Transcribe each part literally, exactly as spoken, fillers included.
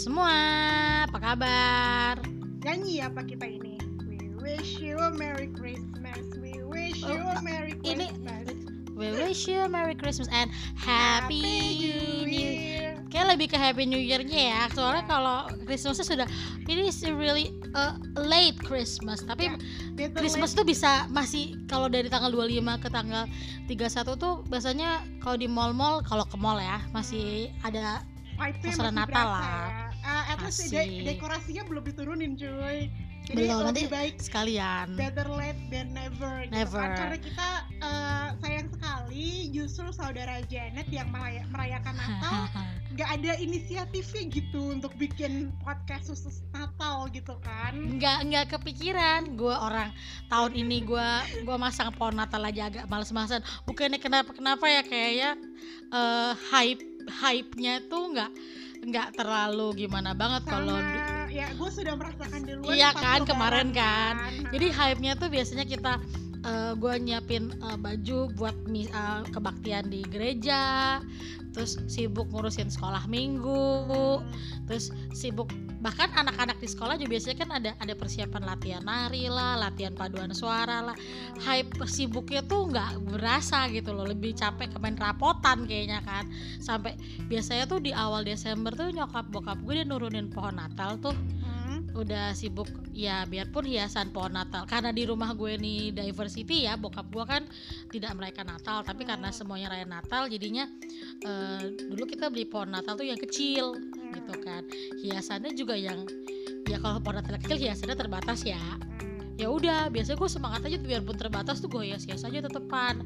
semua, apa kabar? Nyanyi apa kita ini? We wish you a Merry Christmas. We wish you Oh, a Merry ini- Christmas. We wish you a Merry Christmas and Happy New Year. Year. Kayak lebih ke Happy New Year-nya ya. Soalnya kalau Christmasnya sudah, ini is really a late Christmas. Tapi Ya, better Christmas tuh bisa masih, kalau dari tanggal dua puluh lima ke tanggal tiga puluh satu tuh biasanya kalau di mall-mall, kalau ke mall ya masih ada vibe-nya suasana masih Natal berasa lah. ya. Ah, at least de- Asik. dekorasinya belum diturunin cuy. Jadi belum, nanti lebih baik sekalian. better late than never, gitu Never. kan. Karena kita eh, sayang sekali justru saudara Janet yang meraya- merayakan Natal nggak ada inisiatifnya gitu untuk bikin podcast khusus Natal gitu kan. nggak nggak kepikiran. Gue orang tahun ini gue gue masang pohon Natal aja agak males-malesan. Bukannya kenapa kenapa ya, kayaknya eh, hype hype-nya tuh nggak nggak terlalu gimana banget kalau Sama du- ya gue sudah merasakan duluan iya pas kan lebaran kemarin kan. Nah, Jadi hype-nya tuh biasanya kita eh, gue nyiapin eh, baju buat mi- eh, kebaktian di gereja, terus sibuk ngurusin sekolah minggu, terus sibuk bahkan anak-anak di sekolah juga biasanya kan ada ada persiapan latihan nari lah, latihan paduan suara lah. Hype sibuknya tuh nggak berasa gitu loh, lebih capek ke main rapotan kayaknya kan. Sampai biasanya tuh di awal Desember tuh nyokap bokap gue dia nurunin pohon Natal tuh hmm, udah sibuk ya, biarpun hiasan pohon Natal karena di rumah gue nih diversity ya, bokap gue kan tidak merayakan Natal tapi karena semuanya rayakan Natal jadinya eh, dulu kita beli pohon Natal tuh yang kecil gitu kan, hiasannya juga yang ya kalau pohon Natal kecil hiasannya terbatas ya. hmm, Ya udah biasanya gue semangat aja tuh, biarpun terbatas tuh gue hias-hias aja tetepan.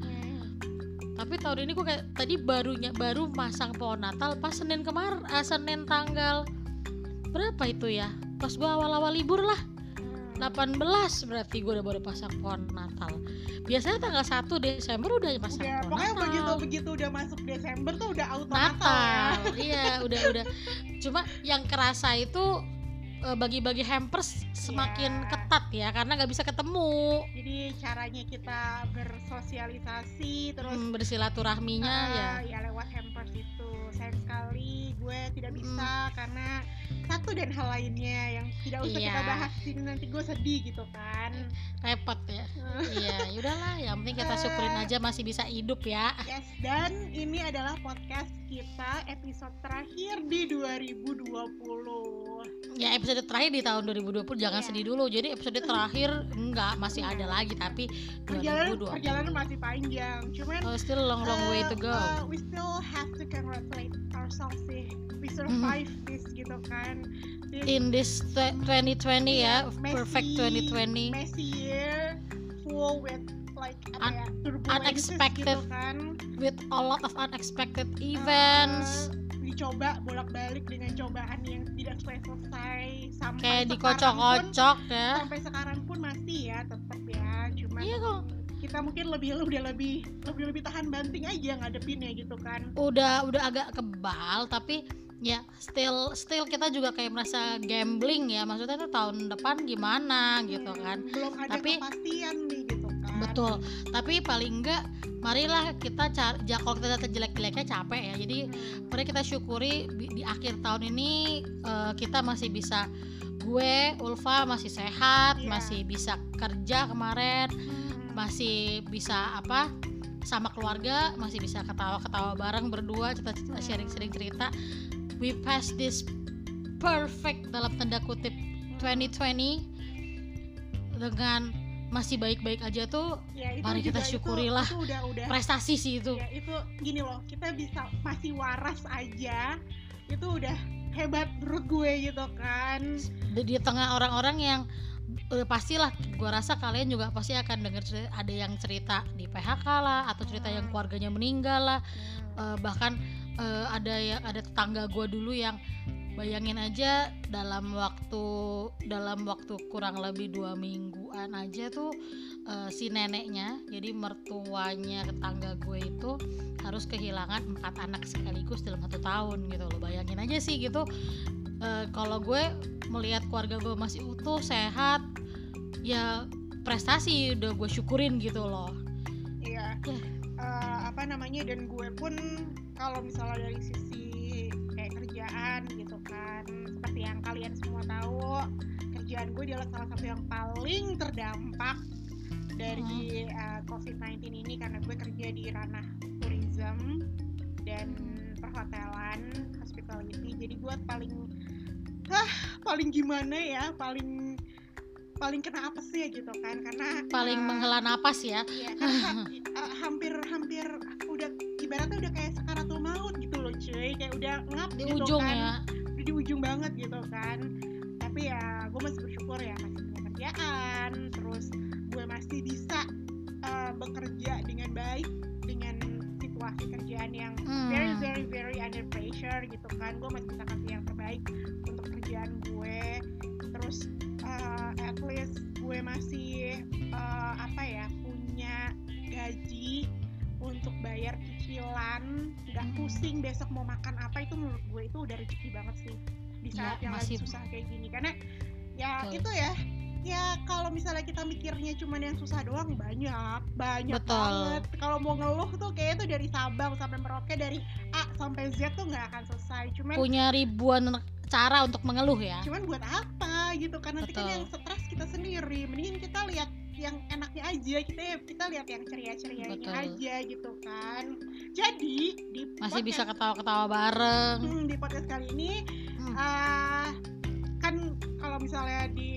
hmm. Tapi tahun ini gue kayak tadi barunya baru masang pohon Natal pas Senin kemarin, ah, Senin tanggal berapa itu ya? Pas gue awal-awal libur lah, delapan belas berarti gue udah baru pasang pohon Natal. Biasanya tanggal satu Desember udah pasang Udah, pohon pokoknya Natal. begitu begitu udah masuk Desember tuh udah auto Natal, Natal, ya. iya udah udah. Cuma yang kerasa itu eh, bagi-bagi hampers semakin Iya. ketat ya, karena nggak bisa ketemu. Jadi caranya kita bersosialisasi terus Hmm, bersilaturahminya ya. ah, ya lewat hampers itu. Sayang sekali gue tidak bisa karena satu dan hal lainnya yang tidak usah kita Iya. bahas di sini, nanti gue sedih gitu kan. Repot ya. Iya, yaudahlah, yang penting kita syukurin aja masih bisa hidup ya. Yes, dan ini adalah podcast kita episode terakhir di dua ribu dua puluh. Ya episode terakhir di tahun dua ribu dua puluh, jangan Iya. sedih dulu. Jadi episode terakhir enggak, masih ada lagi tapi Perjalanan dua ribu dua puluh. perjalanan masih panjang, cuman Oh, still long long way to go. uh, uh, we still have to congratulate ourselves sih, we survive this gitu kan. This In this tw- twenty twenty ya, messy- perfect twenty twenty. messy year full with like apa Un- ya, turbulences unexpected gitu kan. With a lot of unexpected events. Uh, dicoba bolak-balik dengan cobaan yang tidak selesai sampai Kayak sekarang pun- dikocok-kocok ya. sampai sekarang pun masih ya tetap ya, cuman Iya kok. kita mungkin lebih udah lebih lebih lebih tahan banting aja ngadepinnya gitu kan. Udah udah agak kebal tapi ya still still kita juga kayak merasa gambling ya. Maksudnya tuh tahun depan gimana gitu kan. Belum ada Tapi- kepastian nih gitu kan. Betul. Tapi paling enggak marilah kita cari, ja, kalau kita lihat jelek-jeleknya capek ya. Jadi Hmm. mari kita syukuri di, di akhir tahun ini eh, kita masih bisa, gue Ulfa masih sehat, Iya. masih bisa kerja kemarin, Hmm. masih bisa apa sama keluarga, masih bisa ketawa-ketawa bareng berdua, kita Hmm. sharing-sharing cerita. We pass this perfect dalam tanda kutip twenty twenty dengan masih baik-baik aja tuh. Ya, itu Mari kita juga- itu- syukurilah. itu udah udah Prestasi sih itu. ya, itu gini loh, kita bisa masih waras aja itu udah hebat menurut gue gitu kan. Di, di tengah orang-orang yang eh, pastilah gue rasa kalian juga pasti akan dengar cerita, ada yang cerita di P H K lah, atau cerita yang keluarganya meninggal lah. Eh, bahkan eh, ada yang ada tetangga gue dulu yang bayangin aja dalam waktu dalam waktu kurang lebih dua mingguan aja tuh eh, si neneknya, jadi mertuanya tetangga gue itu harus kehilangan empat anak sekaligus dalam satu tahun gitu loh. Bayangin aja sih gitu. Eh, kalau gue melihat keluarga gue masih utuh sehat ya prestasi udah gue syukurin gitu loh. Iya. Ya. Eh, apa namanya, dan gue pun kalau misalnya dari sisi kayak kerja kerjaan gitu kan. Seperti yang kalian semua tahu, kerjaan gue adalah salah satu yang paling terdampak dari uh, covid sembilan belas ini, karena gue kerja di ranah tourism dan perhotelan, hospitality. Jadi gue paling ah paling gimana ya, paling paling kena apa sih ya gitu kan, karena paling uh, menghela napas ya. Iya, karena uh, hampir-hampir udah ibaratnya udah kayak sakaratul maut gitu loh cuy, kayak udah ngap di gitu ujung kan. ya. Udah di ujung banget gitu kan. Tapi ya gue masih bersyukur ya, masih punya kerjaan, terus gue masih bisa uh, bekerja dengan baik dengan situasi kerjaan yang hmm. very very very under pressure gitu kan. Gue masih bisa kasih yang terbaik untuk kerjaan gue. Terus uh, at least gue masih uh, apa ya, punya gaji untuk bayar cicilan, nggak pusing besok mau makan apa. Itu menurut gue itu udah rezeki banget sih di saat ya, yang masih... lagi susah kayak gini. Karena ya Betul. itu ya ya kalau misalnya kita mikirnya cuma yang susah doang, banyak banyak Betul. banget. Kalau mau ngeluh tuh kayaknya tuh dari Sabang sampai Merauke, dari A sampai Z tuh nggak akan selesai. Cuman punya ribuan cara untuk mengeluh ya. Cuman buat apa gitu kan, nanti Betul. kan yang stres kita sendiri. Mending kita lihat yang enaknya aja, kita kita lihat yang ceria-cerianya aja gitu kan. Jadi di masih podcast, bisa ketawa-ketawa bareng. Hmm, di podcast kali ini hmm. uh, kan kalau misalnya di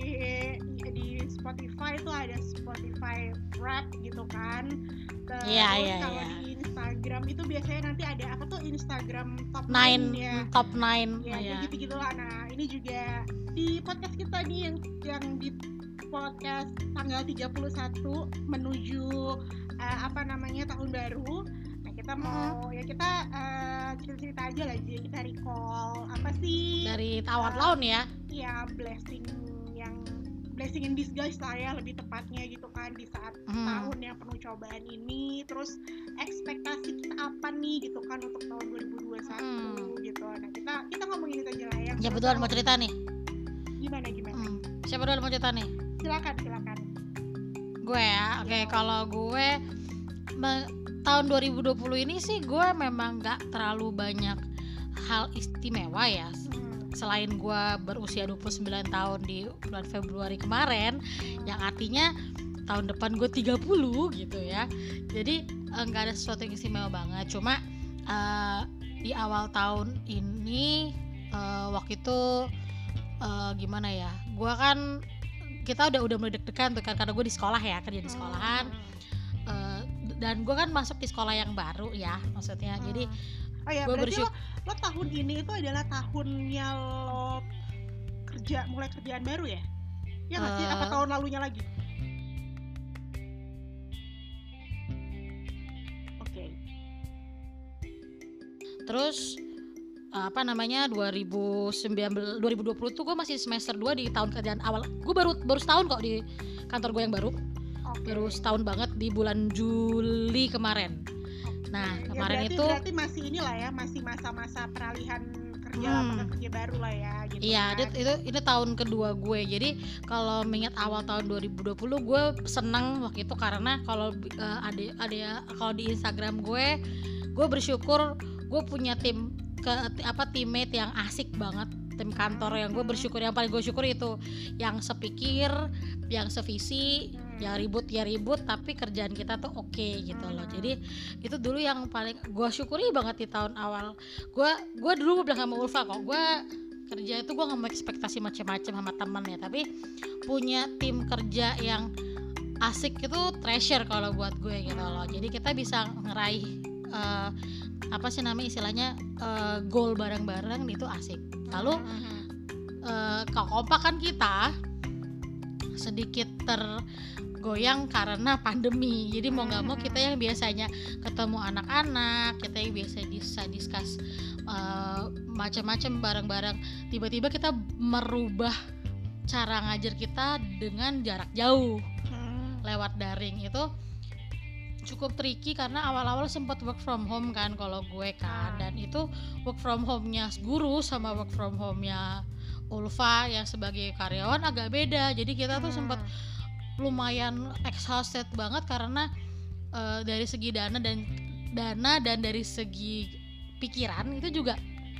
di Spotify itu ada Spotify Rap gitu kan. Terus yeah, yeah, kalau yeah. di Instagram itu biasanya nanti ada apa tuh, Instagram top nine ya. top nine ya, ya. gitu-gitu lah. Nah ini juga di podcast kita nih yang yang di podcast tanggal tiga puluh satu menuju uh, apa namanya tahun baru. Nah kita mau hmm. ya kita uh, cerita-cerita aja lah, jadi kita recall apa sih dari awal uh, tahun ya. Ya blessing yang blessing in disguise lah ya, lebih tepatnya gitu kan, di saat hmm. tahun yang penuh cobaan ini. Terus ekspektasi kita apa nih gitu kan untuk tahun dua ribu dua puluh satu hmm. gitu. Nah kita kita ngomongin itu aja lah ya. Ya betul, mau cerita nih. Gimana gimana? Hmm. Siapa dulu mau cerita nih? Silakan silakan. Gue ya, oke okay, ya. Kalau gue me- tahun dua ribu dua puluh ini sih gue memang nggak terlalu banyak hal istimewa ya. Hmm. Selain gue berusia dua puluh sembilan tahun di bulan Februari kemarin, yang artinya tahun depan gue tiga puluh gitu ya. Jadi nggak uh, ada sesuatu yang istimewa banget. Cuma uh, di awal tahun ini uh, waktu itu uh, gimana ya? Gue kan kita udah udah mulai deg-degan tuh kan, karena gue di sekolah ya, kerja di sekolahan. Uh, dan gue kan masuk di sekolah yang baru ya, maksudnya. Hmm. Jadi oh ya, gue berarti bersyukur lo, lo tahun ini itu adalah tahunnya lo kerja, mulai kerjaan baru ya? Ya nggak uh, sih? Apa tahun lalunya lagi? Oke. Okay. Terus apa namanya dua ribu sembilan belas dua ribu dua puluh tuh gue masih semester dua di tahun kerjaan awal. Gue baru baru setahun kok di kantor gue yang baru. Okay. Baru setahun banget di bulan Juli kemarin. Nah, ya, kemarin berarti, itu berarti masih inilah ya, masih masa-masa peralihan kerja hmm. lama ke kerja baru lah ya gitu. Iya, kan. itu, itu ini tahun kedua gue. Jadi kalau mengingat awal tahun dua ribu dua puluh, gue senang waktu itu karena kalau uh, ada ada kalau di Instagram gue, gue bersyukur gue punya tim ke apa teammate yang asik banget, tim kantor yang gue bersyukur, yang paling gue syukur itu yang sepikir, yang sevisi, yang ribut ya ribut tapi kerjaan kita tuh oke okay, gitu loh. Jadi itu dulu yang paling gue syukuri banget di tahun awal. Gue gue dulu gue bilang sama Ulfa kok, gue kerja itu gue nggak mau ekspektasi macam-macam sama teman ya, tapi punya tim kerja yang asik itu treasure kalau buat gue gitu loh. Jadi kita bisa ngeraih uh, apa sih namanya istilahnya uh, goal bareng-bareng itu asik. Lalu uh, kekompakan kita sedikit tergoyang karena pandemi. Jadi mau nggak mau kita yang biasanya ketemu anak-anak, kita yang biasa bisa discuss uh, macam-macam bareng-bareng, tiba-tiba kita merubah cara ngajar kita dengan jarak jauh lewat daring. Itu cukup tricky karena awal-awal sempat work from home kan kalau gue kan, dan itu work from home-nya guru sama work from home-nya Ulfa yang sebagai karyawan agak beda. Jadi kita tuh sempat lumayan exhausted banget karena uh, dari segi dana dan dana dan dari segi pikiran itu juga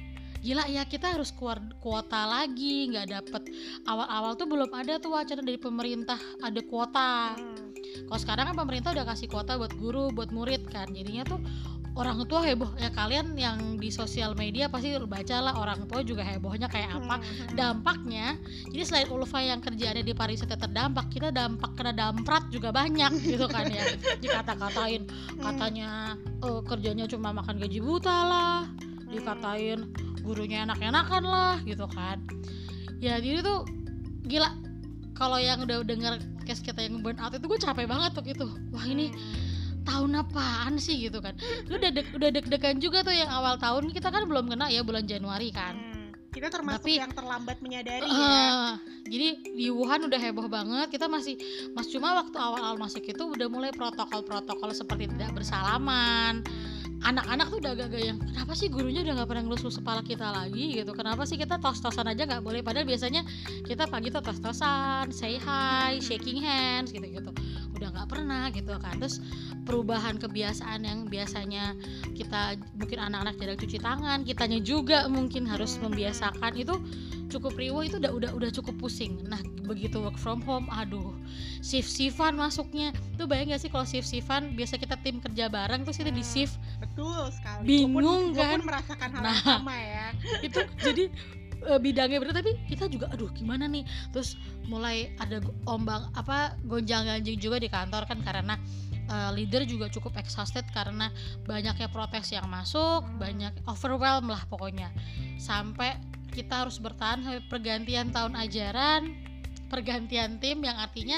gila ya, kita harus keluar kuota lagi, nggak dapet. Awal-awal tuh belum ada tuh wacana dari pemerintah ada kuota. Hmm. Kalau sekarang kan pemerintah udah kasih kuota buat guru, buat murid kan, jadinya tuh orang tua heboh ya. Kalian yang di sosial media pasti baca lah, orang tua juga hebohnya kayak apa. Hmm. Dampaknya, jadi selain Ulfa yang kerjaannya di pariwisata terdampak, kita dampak kena damprat juga banyak gitu kan ya. Dikata-katain katanya eh, kerjanya cuma makan gaji buta lah, dikatain gurunya enak-enakan lah gitu kan. Ya jadi tuh gila, kalau yang udah denger case kita yang burn out itu gue capek banget tuh gitu. Wah ini tahun apaan sih gitu kan. Lu udah deg, udah deg-degan juga tuh yang awal tahun, kita kan belum kena ya bulan Januari kan. Hmm. Kita termasuk Tapi, yang terlambat menyadari uh, ya. Jadi di Wuhan udah heboh banget, kita masih mas cuma waktu awal-awal masuk itu udah mulai protokol-protokol seperti tidak bersalaman. Anak-anak tuh udah agak-agak yang kenapa sih gurunya udah nggak pernah ngelus-ngelus kepala kita lagi gitu, kenapa sih kita tos-tosan aja nggak boleh, padahal biasanya kita pagi tuh tos-tosan, say hi, shaking hands gitu-gitu, udah nggak pernah gitu kan. Terus perubahan kebiasaan yang biasanya kita mungkin anak-anak jarang cuci tangan, kitanya juga mungkin harus membiasakan, itu cukup riuh, itu udah udah udah cukup pusing. Nah begitu work from home, aduh shift-shiftan masuknya tuh, bayang gak sih kalau shift-shiftan biasa kita tim kerja bareng terus kita di shift. Betul sekali. Bingung gua pun, kan? gua pun merasakan hal Nah, yang sama ya. Itu jadi e, bidangnya bener, tapi kita juga aduh gimana nih. Terus mulai ada ombang apa gonjang-ganjing juga di kantor kan, karena uh, leader juga cukup exhausted karena banyaknya protes yang masuk, banyak overwhelm lah pokoknya, sampai kita harus bertahan sampai pergantian tahun ajaran, pergantian tim, yang artinya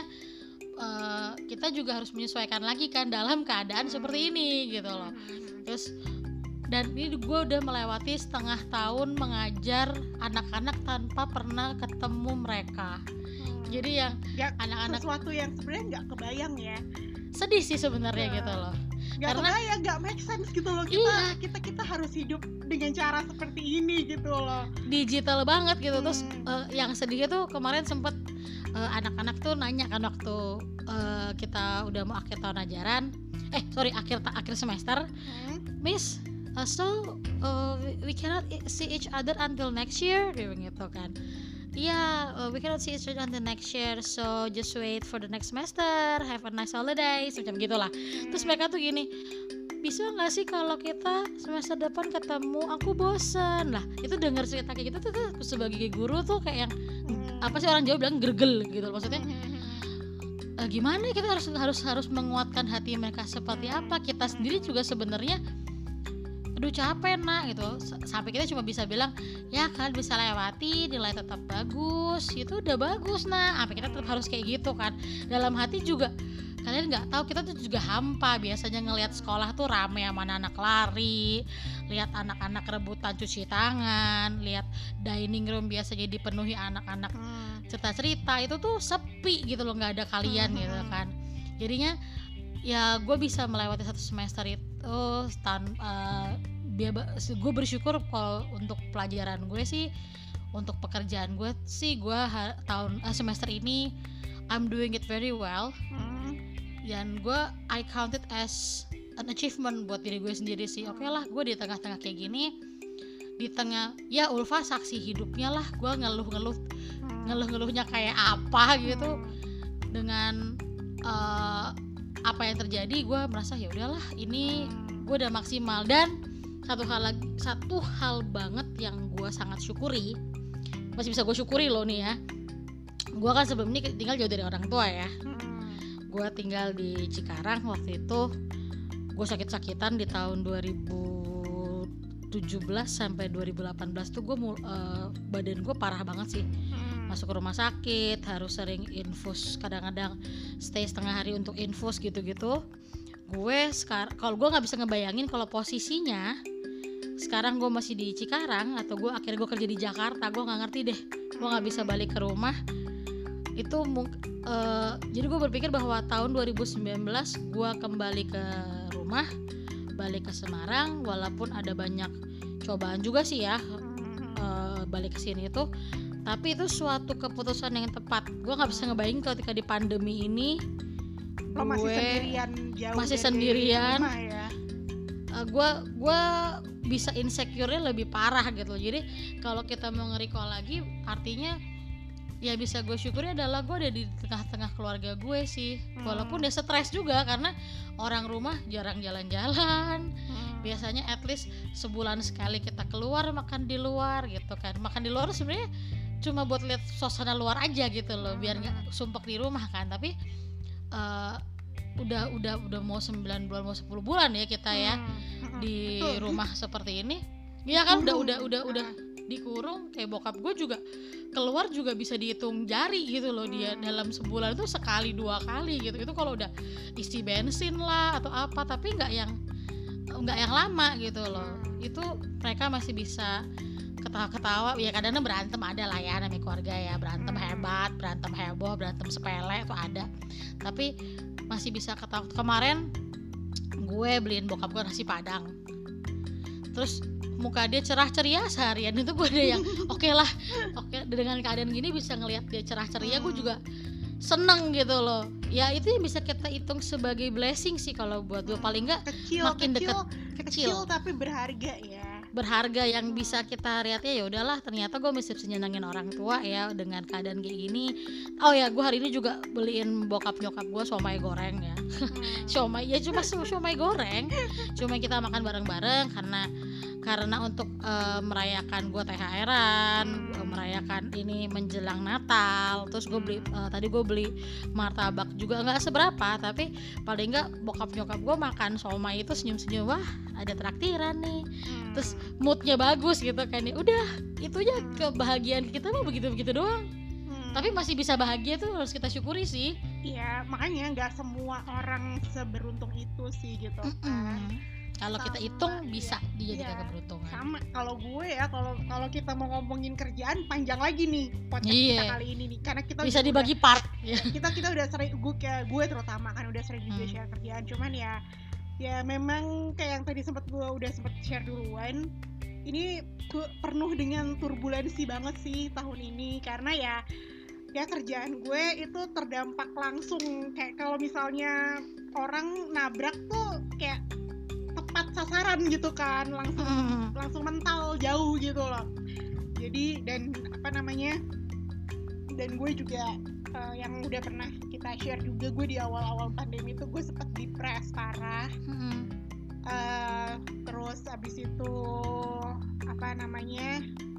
uh, kita juga harus menyesuaikan lagi kan dalam keadaan seperti ini gitu loh. Terus dan ini gue udah melewati setengah tahun mengajar anak-anak tanpa pernah ketemu mereka. Jadi yang Ya, anak-anak sesuatu yang sebenarnya nggak kebayang ya. sedih sih sebenarnya Ya. gitu loh. Nggak Karena- kebayang, nggak make sense gitu loh, kita Iya. kita kita harus hidup dengan cara seperti ini gitu loh. Digital banget gitu. Terus Hmm. uh, yang sedihnya tuh kemarin sempet uh, anak-anak tuh nanya kan waktu uh, kita udah mau akhir tahun ajaran, eh sorry akhir ta- akhir semester, Hmm. Miss, uh, so uh, we cannot see each other until next year, dia bilang gitu kan. Iya, yeah, uh, we cannot see each other until next year, so just wait for the next semester, have a nice holiday, semacam gitulah. Terus mereka tuh gini, bisa nggak sih kalau kita semester depan ketemu, aku bosen lah. Itu dengar cerita kayak gitu tuh, tuh sebagai guru tuh kayak yang Hmm. apa sih orang Jawa bilang gergel gitu, maksudnya Hmm. eh, gimana kita harus harus harus menguatkan hati mereka seperti apa. Kita sendiri juga sebenarnya aduh capek nak gitu. S- sampai kita cuma bisa bilang ya kalian bisa lewati, nilai tetap bagus, itu udah bagus nah. Sampai kita tetap harus kayak gitu kan. Dalam hati juga kalian nggak tahu kita tuh juga hampa biasanya ngelihat sekolah tuh rame sama anak lari, lihat anak-anak rebutan cuci tangan, lihat dining room biasanya dipenuhi anak-anak Hmm. cerita-cerita, itu tuh sepi gitu loh, nggak ada kalian Hmm. gitu kan. Jadinya ya gue bisa melewati satu semester itu tan uh, gue bersyukur kalau untuk pelajaran gue sih, untuk pekerjaan gue sih gue ha- tahun uh, semester ini I'm doing it very well, Hmm. dan gue I count it as an achievement buat diri gue sendiri sih. Oke lah, gue di tengah-tengah kayak gini, di tengah ya Ulfa saksi hidupnya lah, gue ngeluh-ngeluh Hmm. ngeluh-ngeluhnya kayak apa gitu. Hmm. Dengan uh, apa yang terjadi, gue merasa ya udahlah ini Hmm. gue udah maksimal. Dan satu hal lagi, satu hal banget yang gue sangat syukuri, masih bisa gue syukuri loh nih ya, gue kan sebelum ini tinggal jauh dari orang tua ya. Hmm. Gue tinggal di Cikarang waktu itu, gue sakit-sakitan di tahun dua ribu tujuh belas sampai dua ribu delapan belas tuh gue uh, badan gue parah banget sih. Hmm. Masuk ke rumah sakit, harus sering infus, kadang-kadang stay setengah hari untuk infus gitu-gitu. Gue sekarang, kalau gue nggak bisa ngebayangin kalau posisinya sekarang gue masih di Cikarang atau gue akhirnya gue kerja di Jakarta, gue nggak ngerti deh. Gue nggak bisa balik ke rumah. Itu uh, jadi gue berpikir bahwa tahun dua ribu sembilan belas gue kembali ke rumah, balik ke Semarang, walaupun ada banyak cobaan juga sih ya, uh, balik ke sini itu. Tapi itu suatu keputusan yang tepat. Gue nggak bisa ngebayangin ketika di pandemi ini Lo masih gue sendirian, jauh masih dari sendirian. rumah ya. uh, gue gue bisa insecure-nya lebih parah gitu. Jadi kalau kita mau nge-recall lagi, artinya ya bisa gue syukuri adalah gue ada di tengah-tengah keluarga gue sih. Hmm. Walaupun dia stres juga karena orang rumah jarang jalan-jalan. Hmm. Biasanya at least sebulan sekali kita keluar makan di luar gitu kan. Makan di luar sebenarnya cuma buat lihat suasana luar aja gitu loh, biar nggak sumpek di rumah kan. Tapi uh, udah udah udah mau sembilan bulan mau sepuluh bulan ya kita ya Hmm. di Betul. rumah seperti ini. Iya kan, udah Dikurung. udah udah udah Ah. dikurung. Kayak bokap gue juga keluar juga bisa dihitung jari gitu loh, dia Hmm. dalam sebulan itu sekali dua kali gitu. Itu kalau udah isi bensin lah atau apa, tapi nggak yang nggak yang lama gitu loh. Itu mereka masih bisa ketawa-ketawa. Ya kadang-kadang berantem ada lah ya, namanya keluarga ya, berantem Hmm. hebat, berantem heboh, berantem sepele itu ada, tapi masih bisa ketawa. Kemarin gue beliin bokap gue nasi padang, terus muka dia cerah ceria seharian itu gue ada yang oke lah, oke dengan keadaan gini bisa ngelihat dia cerah ceria, gue juga seneng gitu loh. Ya itu yang bisa kita hitung sebagai blessing sih kalau buat gue, paling nggak kecil makin kecil, deket kecil kecil tapi berharga ya. berharga yang bisa kita lihatnya. Ya udahlah, ternyata gue masih bisa nyenengin orang tua ya dengan keadaan kayak gini. Oh ya, gue hari ini juga beliin bokap nyokap gue somai goreng ya. Hmm. Somai ya cuma somai goreng, cuma kita makan bareng-bareng karena karena untuk uh, merayakan gue T H R-an, uh, merayakan ini menjelang Natal. Terus gue beli uh, tadi gue beli martabak juga nggak seberapa, tapi paling nggak bokap nyokap gue makan somai itu senyum-senyum, wah ada traktiran nih. Hmm. Terus moodnya bagus gitu kan ya. Udah, itu aja kebahagiaan kita mah begitu-begitu doang. Hmm. Tapi masih bisa bahagia tuh harus kita syukuri sih. Iya, makanya nggak semua orang seberuntung itu sih gitu kan. Kalau kita Sama, hitung bisa iya, dijadikan iya. keberuntungan. Sama kalau gue ya, kalau kalau kita mau ngomongin kerjaan panjang lagi nih podcast Iya. kita kali ini nih, karena kita Bisa udah- dibagi part ya. kita kita udah sering, gue kayak gue terutama kan udah sering juga Hmm. share kerjaan, cuman ya ya memang kayak yang tadi sempat gue udah sempat share duluan, ini gue penuh dengan turbulensi banget sih tahun ini, karena ya ya kerjaan gue itu terdampak langsung. Kayak kalau misalnya orang nabrak tuh kayak tepat sasaran gitu kan, langsung Hmm. langsung mental jauh gitu loh. Jadi dan apa namanya, dan gue juga uh, yang udah pernah kita share juga, gue di awal-awal pandemi itu gue sempat depres parah. Hmm. Uh, terus abis itu apa namanya,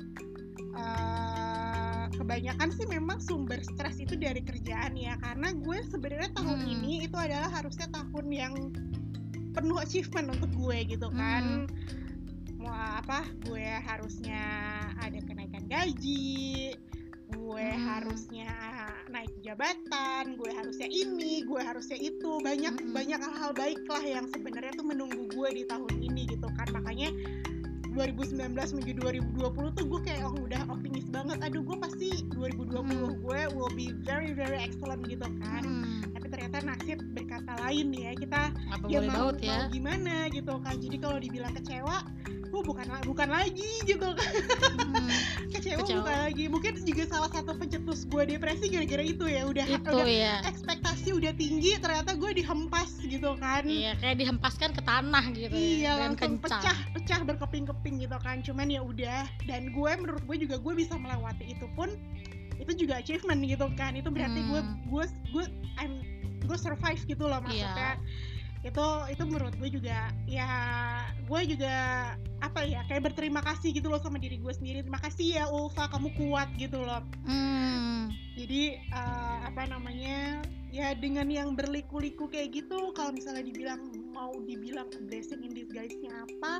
uh, kebanyakan sih memang sumber stres itu dari kerjaan ya, karena gue sebenarnya tahun Hmm. ini itu adalah harusnya tahun yang penuh achievement untuk gue gitu kan. Mau apa, gue harusnya ada kenaikan gaji, gue Hmm. harusnya naik jabatan, gue harusnya ini, gue harusnya itu, banyak Hmm. banyak hal-hal baik lah yang sebenarnya tuh menunggu gue di tahun ini gitu kan. Makanya dua ribu sembilan belas menuju dua ribu dua puluh tuh gue kayak oh udah optimis banget, aduh gue pasti dua ribu dua puluh gue will be very very excellent gitu kan. Hmm. Tapi ternyata nasib berkata lain ya, kita Apa ya boleh mau, baut ya. mau gimana gitu kan. Jadi kalau dibilang kecewa, gue bukan bukan lagi gitu kan. Hmm. kecewa, Kecewa. bukan lagi. Mungkin juga salah satu pencetus gue depresi gara-gara itu ya, udah Itu udah ya. ekspektasi udah tinggi, ternyata gue dihempas gitu kan. Iya, kayak dihempaskan ke tanah gitu Iya, ya. Dan langsung kencang. pecah pecah berkeping-keping gitu kan. Cuman ya udah, dan gue menurut gue juga gue bisa melewati itu pun itu juga achievement gitu kan. Itu berarti gue Hmm. gue gue I'm gue survive gitu loh maksudnya. Itu itu menurut gue juga ya, gue juga apa ya, kayak berterima kasih gitu loh sama diri gue sendiri. Terima kasih ya Ulfa, kamu kuat gitu loh. Hmm. Jadi uh, apa namanya, ya dengan yang berliku-liku kayak gitu, kalau misalnya dibilang mau dibilang blessing in disguise-nya apa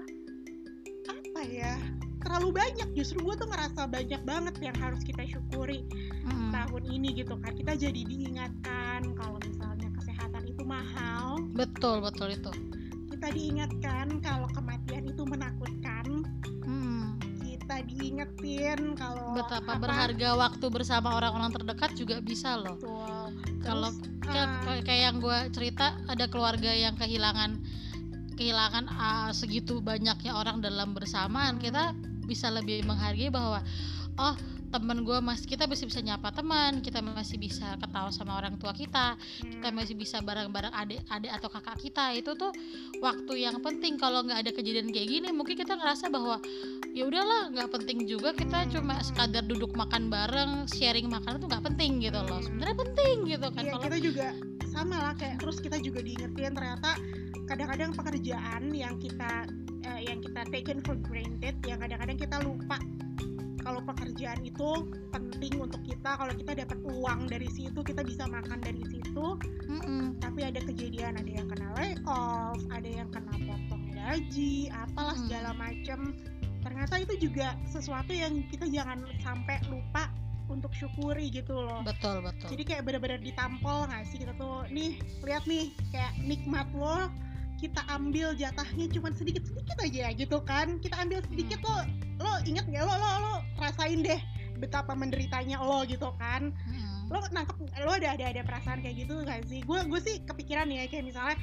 apa ya, terlalu banyak. Justru gue tuh ngerasa banyak banget yang harus kita syukuri Hmm. tahun ini gitu kan. Kita jadi diingatkan kalau misalnya kesehatan itu mahal, Betul, betul itu. kita diingatkan kalau kematian itu menakutkan, Hmm. kita diingetin kalau Betapa apa, berharga waktu bersama orang-orang terdekat juga bisa loh. betul. Kalau Terus, kayak, ah, kayak yang gue cerita, ada keluarga yang kehilangan kehilangan ah, segitu banyaknya orang dalam bersamaan, kita bisa lebih menghargai bahwa oh temen gue masih kita masih bisa nyapa teman, kita masih bisa ketawa sama orang tua kita, kita Hmm. masih bisa bareng-bareng adik-adik atau kakak kita. Itu tuh waktu yang penting. Kalau nggak ada kejadian kayak gini mungkin kita ngerasa bahwa ya udahlah nggak penting juga, kita cuma Hmm. sekadar duduk makan bareng, sharing makanan tuh nggak penting gitu loh. Hmm. Sebenarnya penting gitu kan Iya, kalau kita juga sama lah kayak, terus kita juga diingetin ternyata kadang-kadang pekerjaan yang kita eh, yang kita taken for granted, yang kadang-kadang kita lupa kalau pekerjaan itu penting untuk kita, kalau kita dapat uang dari situ, kita bisa makan dari situ. Mm-mm. Tapi ada kejadian, ada yang kena layoff, ada yang kena potong gaji, apalah Mm-mm. segala macam. Ternyata itu juga sesuatu yang kita jangan sampai lupa untuk syukuri gitu loh. Betul betul. Jadi kayak benar-benar ditampol nggak sih kita tuh, nih lihat nih kayak nikmat lo, kita ambil jatahnya cuma sedikit-sedikit aja gitu kan, kita ambil sedikit, lo lo inget nggak, lo lo lo rasain deh betapa menderitanya lo gitu kan. Mm-mm. Lo nangkep, lo ada ada ada perasaan kayak gitu nggak sih? Gue gue sih kepikiran ya, kayak misalnya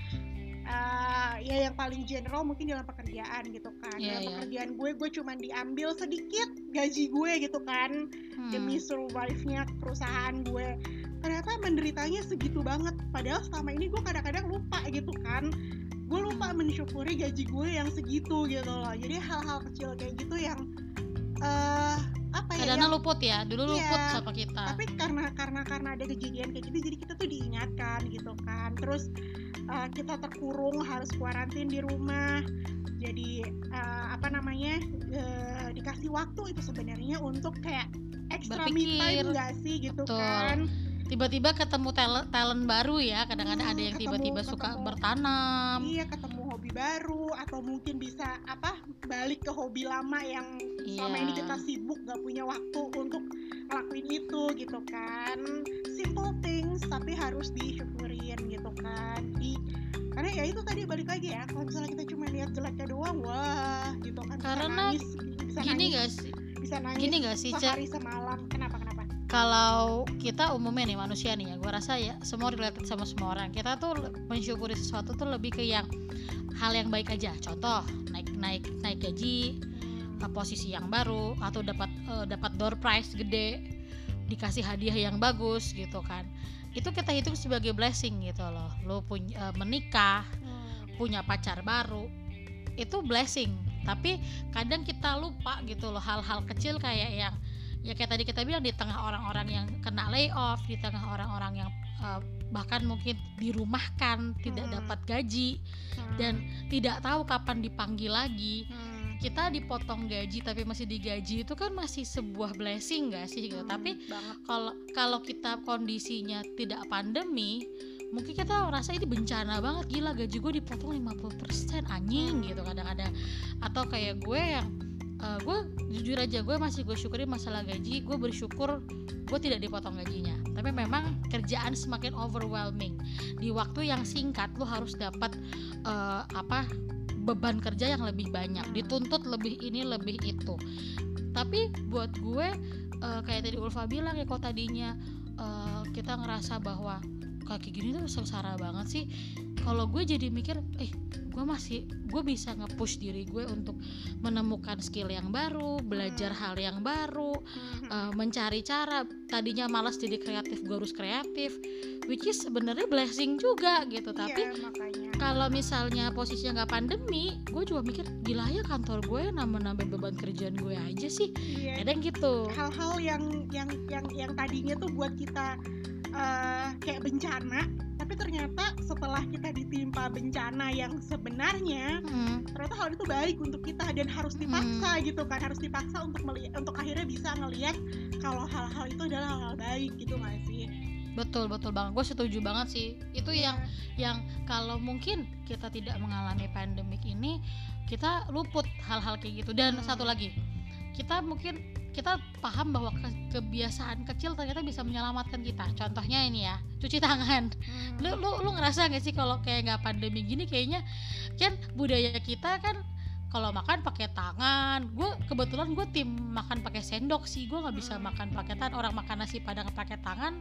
uh, ya yang paling general mungkin dalam pekerjaan gitu kan. Iya, Dalam iya. pekerjaan gue gue cuma diambil sedikit gaji gue gitu kan, Hmm. demi survive-nya perusahaan gue. Ternyata menderitanya segitu banget, padahal selama ini gue kadang-kadang lupa gitu kan, gue lupa mensyukuri gaji gue yang segitu gitu loh. Jadi hal-hal kecil kayak gitu yang uh, apa ya, Kadang-kadang yang- luput ya, dulu luput Iya, sama kita. tapi karena karena karena ada kejadian kayak gitu, jadi kita tuh diingatkan gitu kan. Terus uh, kita terkurung, harus kuarantin di rumah, jadi uh, apa namanya, uh, dikasih waktu itu sebenarnya untuk kayak extra me Berpikir. time nggak sih gitu Betul. kan. Tiba-tiba ketemu talent, talent baru ya, kadang-kadada Hmm, ada yang ketemu- tiba-tiba suka ketemu. bertanam. Iya, ketemu hobi baru, atau mungkin bisa apa, balik ke hobi lama yang selama Iya. ini kita sibuk gak punya waktu untuk ngelakuin itu gitu kan. Simple things tapi harus disyukurin gitu kan. Di karena ya itu tadi balik lagi ya, kalau misalnya kita cuma lihat jeleknya doang, wah gitu kan, bisa Karena nangis, bisa Gini nangis, gak sih? bisa nangis Gini gak sih, Cek? sehari semalam. Kenapa kenapa? Kalau kita umumnya nih manusia nih ya, gue rasa ya semua related sama semua orang. Kita tuh le- mensyukuri sesuatu tuh lebih ke yang hal yang baik aja. Contoh naik naik naik gaji, Hmm. uh, posisi yang baru, atau dapat uh, dapat door prize gede, dikasih hadiah yang bagus gitu kan. Itu kita hitung sebagai blessing gitu loh. Lo punya uh, menikah, Hmm. punya pacar baru, itu blessing. Tapi kadang kita lupa gitu loh hal-hal kecil kayak yang ya kayak tadi kita bilang, di tengah orang-orang yang kena layoff, di tengah orang-orang yang uh, bahkan mungkin dirumahkan, tidak Hmm. dapat gaji Hmm. dan tidak tahu kapan dipanggil lagi. Hmm. Kita dipotong gaji tapi masih digaji, itu kan masih sebuah blessing gak sih gitu. Hmm, Tapi banget. kalau kalau kita kondisinya tidak pandemi, mungkin kita merasa ini bencana banget, gila gaji gue dipotong lima puluh persen anjing gitu kadang-kadang. Atau kayak gue yang uh, gue jujur aja, gue masih gue syukurin masalah gaji, gue bersyukur gue tidak dipotong gajinya. Tapi memang kerjaan semakin overwhelming, di waktu yang singkat lo harus dapat uh, apa beban kerja yang lebih banyak, dituntut lebih ini lebih itu. Tapi buat gue uh, kayak tadi Ulfa bilang ya, kok tadinya uh, kita ngerasa bahwa kayak gini tuh sengsara banget sih, kalau gue jadi mikir eh gue masih gue bisa nge-push diri gue untuk menemukan skill yang baru, belajar Hmm. hal yang baru, Hmm. uh, mencari cara. Tadinya malas jadi kreatif, gue harus kreatif, which is sebenarnya blessing juga gitu. Tapi Iya, makanya. kalau misalnya posisinya nggak pandemi, gue juga mikir gila ya kantor gue nambah-nambah beban kerjaan gue aja sih, Iya, kadang gitu. hal-hal yang yang yang yang tadinya tuh buat kita uh, kayak bencana, tapi ternyata setelah kita ditimpa bencana yang sebenarnya, Hmm, ternyata hal itu baik untuk kita dan harus dipaksa gitu kan, harus dipaksa untuk meli- untuk akhirnya bisa ngelihat kalau hal-hal itu adalah hal-hal baik gitu nggak sih? betul betul banget, gue setuju banget sih. Itu yang yang kalau mungkin kita tidak mengalami pandemik ini, kita luput hal-hal kayak gitu. Dan Hmm. satu lagi, kita mungkin kita paham bahwa ke- kebiasaan kecil ternyata bisa menyelamatkan kita. Contohnya ini ya, cuci tangan. Hmm. Lu lu lu ngerasa gak sih kalau kayak nggak pandemi gini, kayaknya kan budaya kita kan kalau makan pakai tangan. Gue kebetulan gue tim makan pakai sendok sih, gue nggak bisa Hmm. makan pakai tangan. Orang makan nasi padang pakai tangan,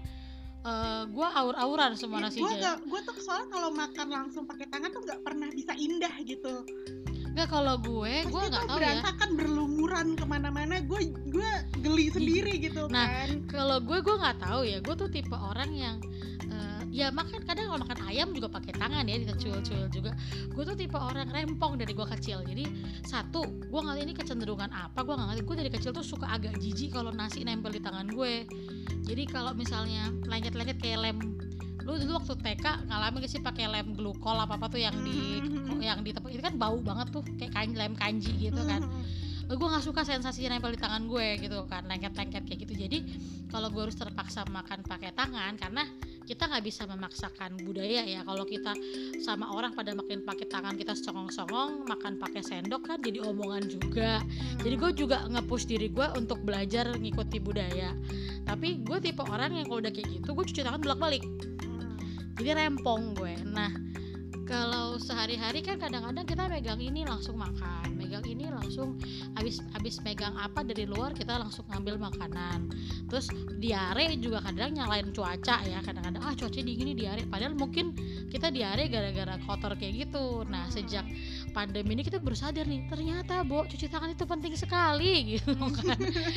eh gue aur-auran semua Ya, nasi gue aja. gue tuh soalnya kalau makan langsung pakai tangan tuh nggak pernah bisa indah gitu. Nggak, kalau gue gue Pasti nggak tuh tahu ya. berantakan berlumuran kemana-mana, gue gue geli sendiri gitu Nah, kan. kalau gue gue nggak tahu ya, gue tuh tipe orang yang eh, ya makan, kadang kalau makan ayam juga pakai tangan ya, dicul-cul juga. Gue tuh tipe orang rempong dari gue kecil. Jadi satu, gue nggak tahu ini kecenderungan apa, gue nggak ngerti. Gue dari kecil tuh suka agak jijik kalau nasi nempel di tangan gue. Jadi kalau misalnya lengket-lengket kayak lem, lu dulu waktu T K ngalamin gak sih pakai lem glukol apa apa tuh yang di Mhm. yang di tempat itu kan bau banget tuh kayak kan, lem kanji gitu kan. Mhm. Gue nggak suka sensasi nempel di tangan gue gitu kan, lengket-lengket kayak gitu. Jadi kalau gue harus terpaksa makan pakai tangan, karena kita nggak bisa memaksakan budaya ya. Kalau kita sama orang pada makin pakai tangan, kita songong-songong makan pakai sendok kan jadi omongan juga. Jadi gue juga nge-push diri gue untuk belajar ngikuti budaya. Tapi gue tipe orang yang kalau udah kayak gitu gue cuci tangan bolak-balik, jadi rempong gue. Nah, kalau sehari-hari kan kadang-kadang kita megang ini langsung makan, megang ini langsung habis habis megang apa dari luar kita langsung ngambil makanan. Terus diare juga kadang nyalain cuaca ya, kadang-kadang ah cuaca dingin nih diare, padahal mungkin kita diare gara-gara kotor kayak gitu. Nah, sejak pandemi ini kita baru sadar nih, ternyata Bo, cuci tangan itu penting sekali gitu kan.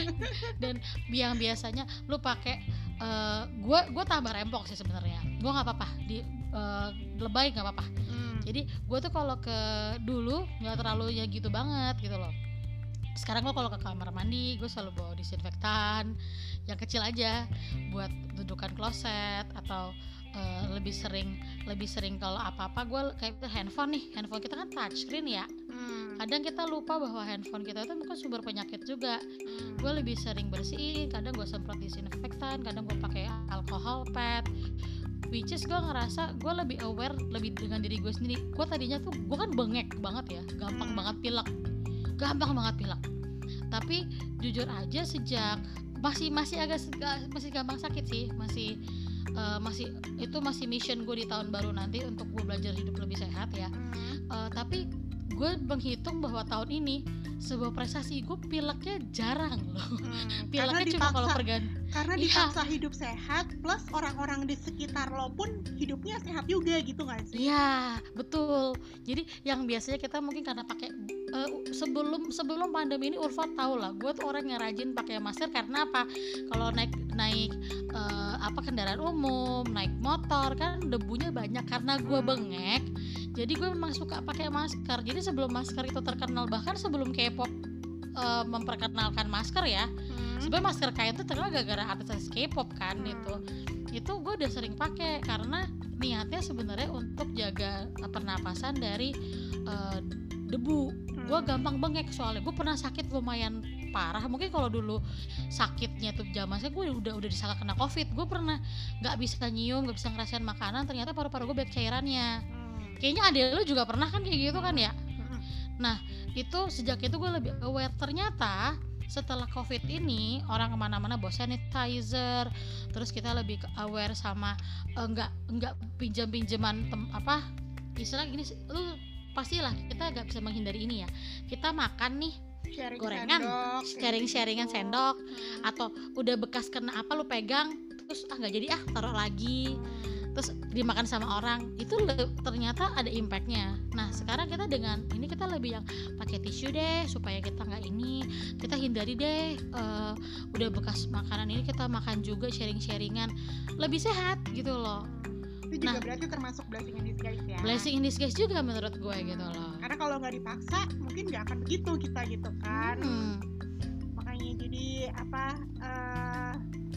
Dan yang biasanya lu pakai uh, gue gue tambah rempong sih sebenarnya. Gue nggak apa-apa di uh, lebay nggak apa-apa. Hmm. Jadi gue tuh kalau ke dulu nggak terlalu ya gitu banget gitu loh. Sekarang gue kalau ke kamar mandi gue selalu bawa disinfektan yang kecil aja buat dudukan kloset, atau uh, lebih sering lebih sering kalau apa-apa gue kayak handphone nih, handphone kita kan touchscreen ya. Hmm. Kadang kita lupa bahwa handphone kita itu bukan sumber penyakit juga. Hmm. Gue lebih sering bersihin, kadang gue semprot disinfektan, kadang gue pakai alcohol pad. Which is gue ngerasa gue lebih aware lebih dengan diri gue sendiri. Gue tadinya tuh gue kan bengek banget ya, gampang Hmm. banget pilek, gampang banget pilek. Tapi jujur aja sejak masih masih agak masih gampang sakit sih, masih uh, masih itu masih mission gue di tahun baru nanti untuk gue belajar hidup lebih sehat ya. Hmm. Uh, tapi gue menghitung bahwa tahun ini sebuah prestasi gue pileknya jarang loh. Hmm. Pileknya Karena cuma kalau dipaksa- pergan Karena Iya. dipaksa hidup sehat, plus orang-orang di sekitar lo pun hidupnya sehat juga gitu nggak sih? Iya, betul. Jadi yang biasanya kita mungkin karena pakai uh, sebelum sebelum pandemi ini Ulfa tahu lah, gue tuh orang yang rajin pakai masker karena apa? Kalau naik naik uh, apa kendaraan umum, naik motor kan debunya banyak, karena gue Hmm. bengek. Jadi gue memang suka pakai masker. Jadi sebelum masker itu terkenal, bahkan sebelum K-pop uh, memperkenalkan masker ya, Hmm. sebenarnya masker kain itu terkenal gara-gara artis K-pop kan. Hmm. Itu itu gue udah sering pakai karena niatnya sebenarnya untuk jaga uh, pernapasan dari uh, debu. Hmm. Gue gampang bengek soalnya. Gue pernah sakit lumayan parah. Mungkin kalau dulu sakitnya tuh zaman saya gue udah udah disangka kena covid. Gue pernah nggak bisa nyium, nggak bisa ngerasain makanan. Ternyata paru-paru gue banyak cairannya. Hmm. Kayaknya adek lu juga pernah kan kayak gitu kan ya. Hmm. Nah itu sejak itu gue lebih aware. Ternyata setelah covid ini orang kemana-mana bawa sanitizer, terus kita lebih ke- aware sama eh, nggak nggak pinjam-pinjaman tem- apa istilah gini sih, lu pastilah kita nggak bisa menghindari ini ya. Kita makan nih Sharing gorengan, sendok, sharing-sharingan gitu. sendok, Hmm. atau udah bekas kena apa lu pegang terus ah nggak jadi ah taruh lagi, terus dimakan sama orang, itu le- ternyata ada impactnya. Nah sekarang kita dengan ini kita lebih yang pakai tisu deh supaya kita nggak ini, kita hindari deh eh, udah bekas makanan ini kita makan juga, sharing-sharingan lebih sehat gitu loh. Itu juga Nah. berarti termasuk blessing in disguise ya. Blessing in disguise juga menurut gue gitu loh. Karena kalau nggak dipaksa mungkin nggak akan begitu kita gitu kan. Hmm. Makanya jadi apa eh,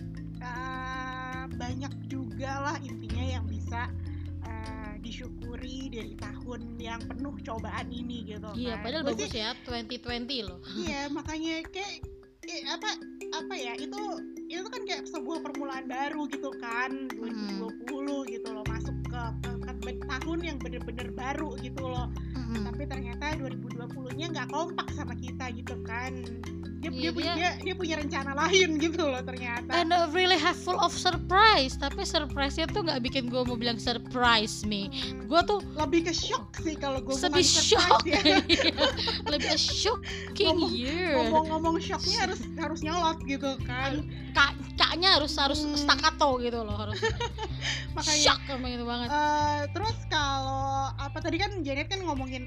eh, banyak juga lah intinya yang bisa eh, disyukuri dari tahun yang penuh cobaan ini gitu Iya kan. padahal Gua bagus sih- ya dua ribu dua puluh loh. Iya makanya kayak eh, apa apa ya itu itu kan kayak sebuah permulaan baru gitu kan, dua ribu dua puluh gitu loh, masuk ke, ke, ke tahun yang bener-bener baru gitu loh. Mm-mm. Tapi ternyata dua ribu dua puluh-nya nggak kompak sama kita gitu kan. Dia, Iya, dia, punya, dia- dia, dia punya rencana lain gitu loh ternyata. And uh, really have full of surprise. Tapi surprise-nya tuh gak bikin gue mau bilang surprise me. Hmm, Gue tuh lebih ke shock sih kalau gue sedih bukan shock. surprise ya. Lebih a shocking Ngomong- year. Ngomong-ngomong shocknya harus harus nyolot gitu kan. Kak, kaknya harus harus Hmm. staccato gitu loh, harus Makanya shock sama gitu banget. Eh, terus kalau apa tadi kan Janet kan ngomongin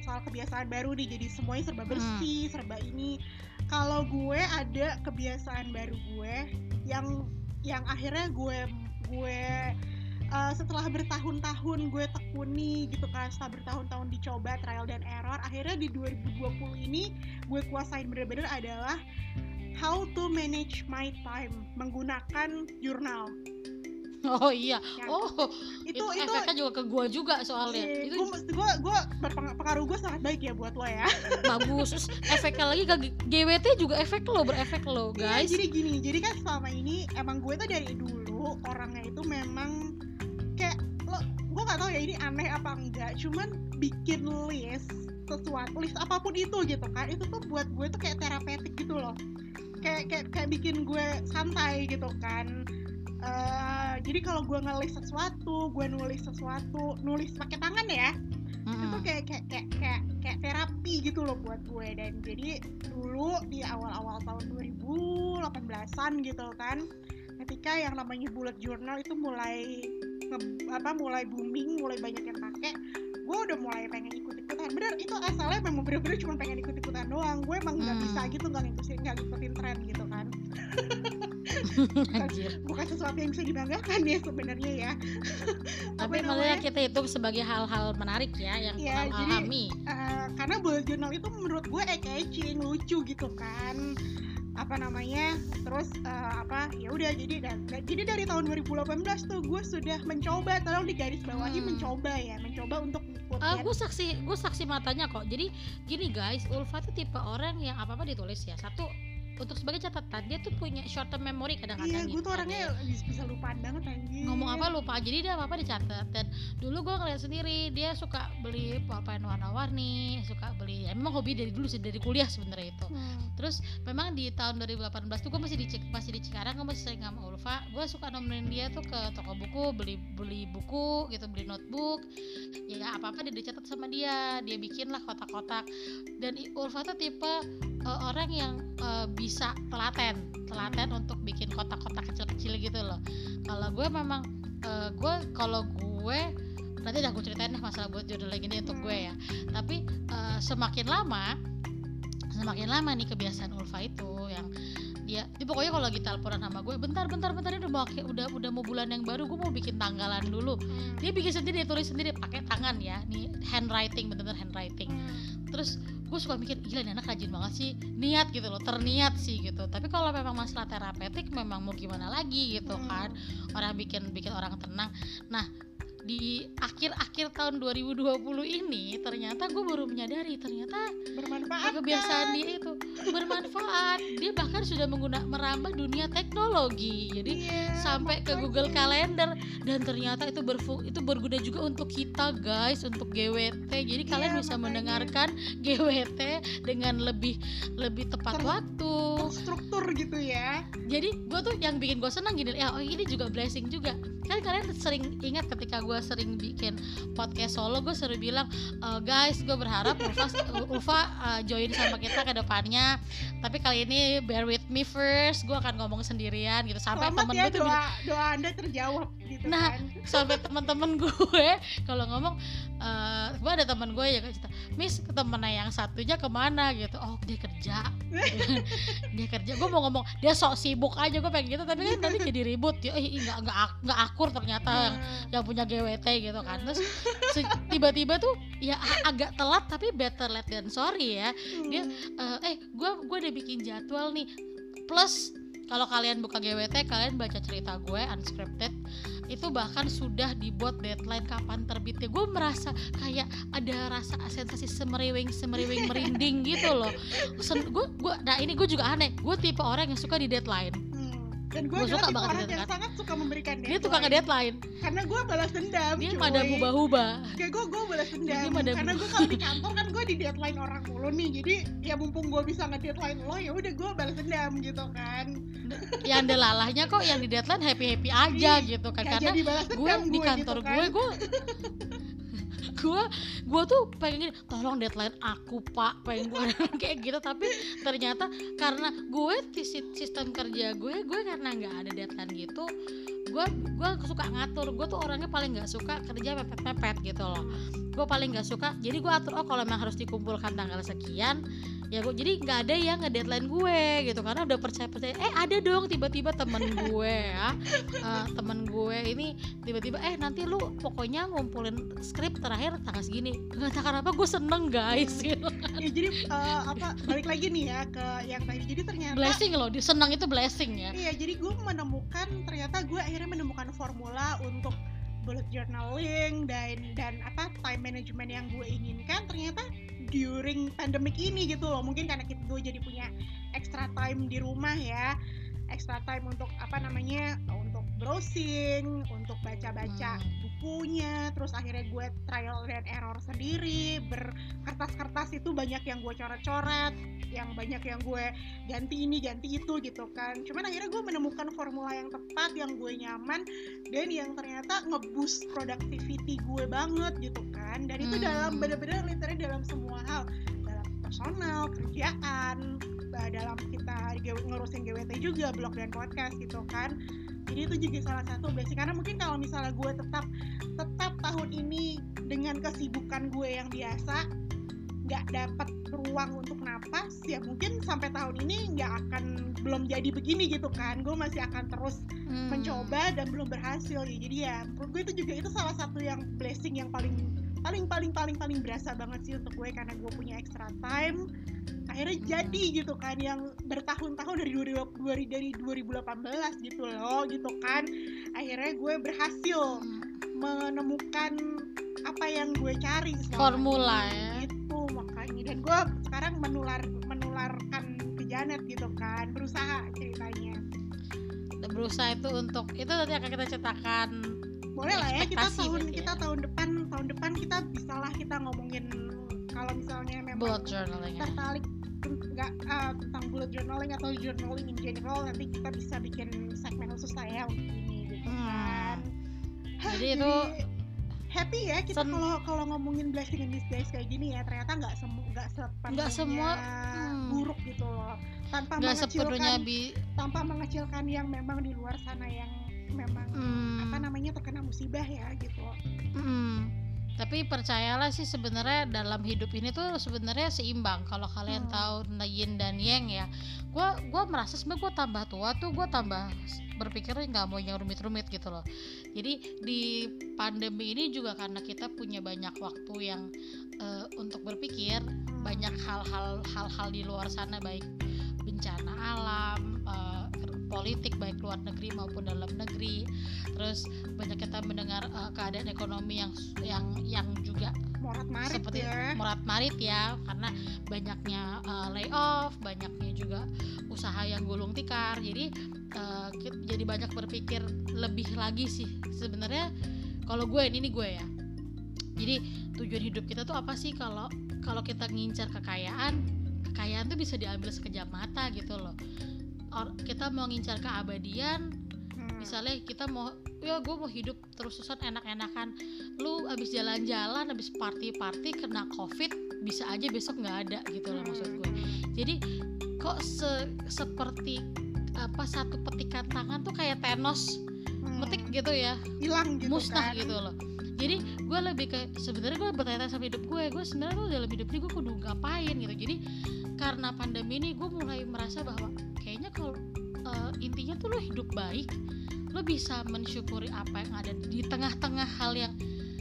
ngomongin soal kebiasaan baru nih, jadi semuanya serba bersih, hmm. serba ini. Kalau gue ada kebiasaan baru gue yang yang akhirnya gue gue uh, setelah bertahun-tahun gue tekuni gitu kan, setelah bertahun-tahun dicoba trial dan error, akhirnya di dua ribu dua puluh ini gue kuasain bener-bener adalah how to manage my time menggunakan jurnal. Oh iya, ya. Oh itu, itu, itu efeknya juga ke gue juga soalnya. Iya, itu gue gue berpengaruh gue sangat baik ya buat lo ya. Bagus. Terus efeknya lagi ke G W T juga efek lo, berefek lo guys. Iya, jadi gini, jadi kan selama ini emang gue tuh dari dulu orangnya itu memang kayak lo, gue nggak tahu ya ini aneh apa enggak, cuman bikin list sesuatu, list apapun itu gitu kan, itu tuh buat gue tuh kayak terapeutik gitu loh, kayak kayak kayak bikin gue santai gitu kan. Uh, jadi kalau gue ngelis sesuatu, gue nulis sesuatu, nulis pakai tangan ya, mm-hmm. itu kayak kayak kayak kayak kayak terapi gitu loh buat gue. Dan jadi dulu di awal-awal tahun dua ribu delapan belasan gitu kan, ketika yang namanya bullet journal itu mulai nge, apa mulai booming, mulai banyak yang pakai, gue udah mulai pengen ikut-ikutan. Bener, itu asalnya memang bener-bener cuma pengen ikut-ikutan doang. Gue emang nggak mm. bisa gitu, nggak ngikutin nggak ngikutin tren gitu kan. bukan, bukan sesuatu yang bisa dibanggakan ya sebenarnya ya. Tapi malah kita itu sebagai hal-hal menarik ya yang ya, kita alami. Uh, karena bullet journal itu menurut gue eye-catching, lucu gitu kan. Apa namanya? Terus uh, apa? Ya udah jadi dan, dan jadi dari tahun dua ribu delapan belas tuh gue sudah mencoba, tolong di garis bawahi hmm. mencoba ya, mencoba untuk Uh, gue saksi gue saksi matanya kok. Jadi gini guys, Ulfa tuh tipe orang yang apa apa ditulis ya. Satu, untuk sebagai catatan, dia tuh punya short term memory kadang-kadang. Iya, gue tuh orangnya bisa, bisa lupaan banget anjir. Ngomong apa lupa, jadi dia apa-apa dicatat. Dan dulu gue ngeliat sendiri, dia suka beli pulpen warna-warni, suka beli, ya memang hobi dari dulu sih, dari kuliah sebenarnya itu. Hmm. Terus memang di tahun dua ribu delapan belas tuh gue masih di masih di Cikarang, gue masih sering sama Ulfa. Gue suka nemenin dia tuh ke toko buku, beli beli buku gitu, beli notebook. Ya apa-apa dia dicatat sama dia, dia bikin lah kotak-kotak. Dan Ulfa tuh tipe uh, orang yang uh, bisa telaten, telaten untuk bikin kotak-kotak kecil-kecil gitu loh. Kalau gue memang, uh, gue kalau gue nanti udah gue ceritain deh masalah buat judul lagi nih untuk gue ya. Tapi uh, semakin lama, semakin lama nih kebiasaan Ulfa itu yang dia, dia pokoknya kalau lagi teleponan sama gue, bentar, bentar, bentar ini udah mau udah udah mau bulan yang baru, gue mau bikin tanggalan dulu. Dia bikin sendiri, dia tulis sendiri pakai tangan ya, nih handwriting, bener-bener handwriting. Terus gue suka mikir, gila ini anak rajin banget sih, niat gitu loh, terniat sih gitu. Tapi kalau memang masalah terapeutik memang mau gimana lagi gitu kan, orang bikin bikin orang tenang. Nah di akhir-akhir tahun dua ribu dua puluh ini ternyata gue baru menyadari ternyata bermanfaat, kebiasaan dia itu bermanfaat. Dia bahkan sudah menggunakan merambah dunia teknologi, jadi yeah, sampai ke Google Calendar, dan ternyata itu berfung itu berguna juga untuk kita guys, untuk G W T. Jadi yeah, kalian bisa makanya mendengarkan G W T dengan lebih lebih tepat Ter- waktu, terstruktur gitu ya. Jadi gue tuh yang bikin gue senang gini, ya oh ini juga blessing juga kan. Kalian sering ingat ketika gue sering bikin podcast solo, gue sering bilang, e, guys gue berharap Ulfa, Ulfa uh, join sama kita ke depannya, tapi kali ini bear with me first, gue akan ngomong sendirian gitu. Sampai temen ya, gue tuh doa, doa anda terjawab gitu. Nah kan? sampai temen-temen gue kalau ngomong, uh, gue ada temen gue ya cerita, Miss temennya yang satunya kemana gitu, oh dia kerja dia kerja. Gue mau ngomong dia sok sibuk aja, gue pengen gitu, tapi kan nanti jadi ribut ya, eh nggak nggak nggak akur ternyata yang yang punya G W T gitu kan. Terus tiba-tiba tuh ya agak telat, tapi better late than sorry ya. Dia uh, eh gue gue udah bikin jadwal nih, plus kalau kalian buka G W T, kalian baca cerita gue unscripted, itu bahkan sudah dibuat deadline kapan terbitnya. Gue merasa kayak ada rasa sensasi semeriwing semeriwing merinding gitu loh. Sen- gue gue nah ini gue juga aneh, gue tipe orang yang suka di deadline. Dan gue adalah tipe orang yang kan sangat suka memberikan deadline. Dia tukang nge-deadline karena gue balas dendam. Dia pada hubah-hubah. Kayak gue gue balas dendam karena gue kalau di kantor kan gue di deadline orang mulu nih. Jadi ya mumpung gue bisa nge-deadline lo, ya udah gue balas dendam gitu kan. Yang delalahnya kok yang di deadline happy-happy aja gitu kan. Karena gue di kantor gitu kan. gue gue gue gue tuh pengen gini, tolong deadline aku pak, pengen gue kayak gitu. Tapi ternyata karena gue sistem kerja gue gue karena nggak ada deadline gitu, gue gue suka ngatur, gue tuh orangnya paling nggak suka kerja mepet-mepet gitu loh. Gue paling nggak suka, jadi gue atur, oh kalau memang harus dikumpulkan tanggal sekian ya gue, jadi nggak ada yang nge-deadline gue gitu, karena udah percaya-percaya. Eh ada dong tiba-tiba temen gue ya, uh, temen gue ini tiba-tiba eh nanti lu pokoknya ngumpulin skrip terakhir tanggal segini, nggak tahu kenapa gue seneng guys gitu. Ya, jadi uh, apa balik lagi nih ya ke yang tadi, jadi ternyata blessing loh, di senang itu blessing ya. Iya, jadi gue menemukan, ternyata gue akhirnya menemukan formula untuk bullet journaling dan dan apa time management yang gue inginkan ternyata during pandemic ini gitu loh. Mungkin karena kita gue jadi punya extra time di rumah ya, extra time untuk apa namanya, untuk browsing, untuk baca-baca Hmm. bukunya, terus akhirnya gue trial dan error sendiri, berkertas-kertas itu banyak yang gue coret-coret, yang banyak yang gue ganti ini ganti itu gitu kan. Cuman akhirnya gue menemukan formula yang tepat, yang gue nyaman, dan yang ternyata nge-boost productivity gue banget gitu kan. Dan itu Hmm. dalam benar-benar literally dalam semua hal, dalam personal, kerjaan, dalam kita ngurusin G W T juga, blog dan podcast gitu kan. Jadi itu juga salah satu blessing, karena mungkin kalau misalnya gue tetap tetap tahun ini dengan kesibukan gue yang biasa, nggak dapat ruang untuk napas, ya mungkin sampai tahun ini nggak akan, belum jadi begini gitu kan. Gue masih akan terus Hmm. mencoba dan belum berhasil ya. Jadi ya menurut gue itu juga itu salah satu yang blessing yang paling paling paling paling paling berasa banget sih untuk gue, karena gue punya extra time akhirnya Hmm. jadi gitu kan, yang bertahun-tahun dari dua ribu, dari dua ribu delapan belas gitu loh gitu kan. Akhirnya gue berhasil Hmm. menemukan apa yang gue cari selama Formula ini, ya. gitu makanya. Dan gue sekarang menular menularkan ke Janet gitu kan, berusaha ceritanya. Berusaha itu untuk itu nanti akan kita ceritakan. Boleh lah ya, kita Ekspektasi tahun berarti kita ya. tahun depan tahun depan kita bisalah kita ngomongin, kalau misalnya memang Bullet journaling ya. tertarik nggak uh, tentang bullet journaling atau journaling in general, nanti kita bisa bikin segmen khusus lah ya untuk ini gitu Hmm. kan. Hah, Jadi itu happy ya kita sen- kalau kalau ngomongin blessing in disguise kayak gini ya, ternyata nggak semua nggak sepenuhnya Nggak semua, hmm. buruk gitu loh, tanpa nggak sepenuhnya mengecilkan bi tanpa mengecilkan yang memang di luar sana yang memang hmm. apa namanya terkena musibah ya gitu. Hmm. Tapi percayalah sih sebenarnya dalam hidup ini tuh sebenarnya seimbang. Kalau kalian Hmm. tahu yin dan yang ya, gue gue merasa sebenarnya gue tambah tua tuh gue tambah berpikir nggak mau yang rumit-rumit gitu loh. Jadi di pandemi ini juga karena kita punya banyak waktu yang uh, untuk berpikir, Hmm. banyak hal-hal hal-hal di luar sana, baik bencana alam, uh, politik baik luar negeri maupun dalam negeri. Terus banyak kita mendengar uh, keadaan ekonomi yang yang yang juga Morat marit seperti ya. morat marit ya, karena banyaknya uh, layoff, banyaknya juga usaha yang gulung tikar. Jadi uh, kit- jadi banyak berpikir lebih lagi sih sebenarnya. Kalau gue ini, ini gue ya. Jadi tujuan hidup kita tuh apa sih? Kalau kalau kita ngincar kekayaan, kekayaan tuh bisa diambil sekejap mata gitu loh. Or, kita mau ngincar keabadian, Hmm. misalnya kita mau, ya gue mau hidup terus-terusan enak-enakan. Lu abis jalan-jalan, abis party-party kena covid, bisa aja besok nggak ada gitu loh maksud gue. Jadi kok se seperti apa satu petikan tangan tuh kayak Thanos Hmm. metik gitu ya, hilang gitu musnah kan. gitu loh. Jadi gue lebih ke sebenarnya gue bertanya sama hidup gue, gue sebenarnya tuh dalam hidup ini gue kudu ngapain gitu. Jadi karena pandemi ini gue mulai merasa bahwa kayaknya kalau uh, intinya tuh lo hidup baik, lo bisa mensyukuri apa yang ada di tengah-tengah hal yang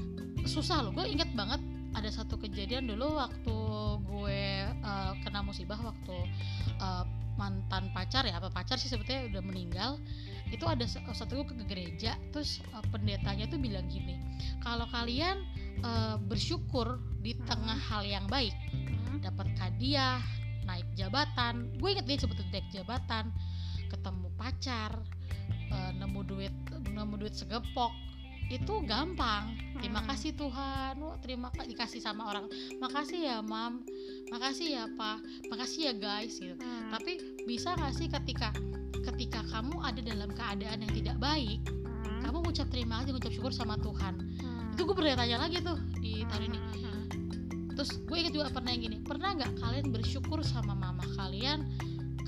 susah lo. Gue ingat banget ada satu kejadian dulu waktu gue uh, kena musibah, waktu uh, mantan pacar ya, apa pacar sih sebetulnya udah meninggal. Itu ada satu ke gereja, terus uh, pendetanya tuh bilang gini, kalau kalian uh, bersyukur di tengah hal yang baik, Hmm. dapat hadiah, naik jabatan, gue inget dia sebetulnya naik jabatan, ketemu pacar, uh, nemu duit nemu duit segepok, itu gampang. Terima Hmm. kasih Tuhan, wah, terima kasih dikasih sama orang, makasih ya mam, makasih ya pak, makasih ya guys gitu. Hmm. Tapi bisa nggak sih ketika ketika kamu ada dalam keadaan yang tidak baik, Hmm. kamu ngucap terima kasih, ngucap syukur sama Tuhan. Hmm. Itu gue bertanya lagi tuh di tahun ini. Hmm. Terus gue ingat juga pernah yang gini, pernah nggak kalian bersyukur sama mama kalian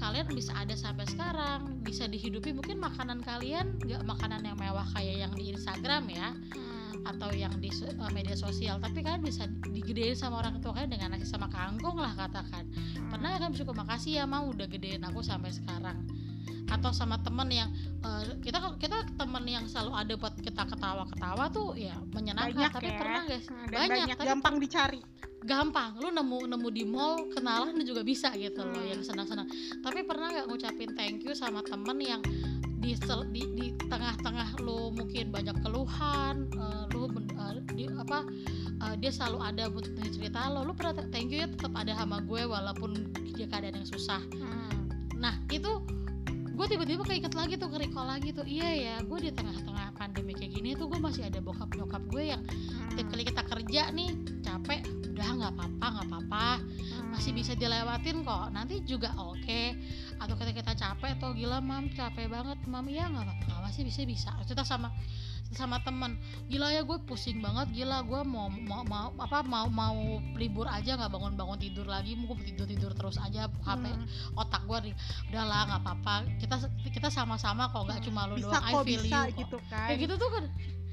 kalian bisa ada sampai sekarang, bisa dihidupi. Mungkin makanan kalian nggak makanan yang mewah kayak yang di Instagram ya, Hmm. atau yang di so- eh, media sosial, tapi kalian bisa digedein sama orang tua kalian dengan nasi sama kangkung lah katakan. Pernah kan bersyukur, makasih ya mau udah gedein aku sampai sekarang. Atau sama temen yang eh, kita kita temen yang selalu ada buat kita ketawa-ketawa tuh ya menyenangkan. Banyak Tapi ya. pernah guys, Hmm, dan banyak, banyak, tapi gampang dicari. gampang lu nemu nemu di mall kenalan juga bisa gitu loh, Hmm. yang senang-senang. Tapi pernah nggak ngucapin thank you sama temen yang di sel- di, di tengah-tengah lu mungkin banyak keluhan, eh, lu ben- eh, di apa eh, dia selalu ada buat cerita lo, lu pernah thank you ya tetap ada sama gue walaupun dia keadaan yang susah. Hmm. Nah itu gue tiba-tiba keinget lagi tuh, ke-recall lagi tuh, iya ya gue di tengah-tengah pandemi kayak gini tuh gue masih ada bokap nyokap gue yang setiap kali kita kerja nih capek, udah nggak apa-apa nggak apa-apa masih bisa dilewatin kok, nanti juga oke. Atau ketika kita capek tuh, gila mam capek banget mam, ya nggak apa-apa masih bisa bisa kita sama sama teman, gila ya gue pusing banget, gila gue mau mau mau apa mau mau libur aja nggak bangun-bangun tidur lagi, mau tidur tidur terus aja H P Hmm. otak gue nih, udahlah nggak apa-apa, kita kita sama-sama kok, nggak cuma lu bisa doang, I kok feel bisa you kok. gitu kan. Kayak gitu tuh kan,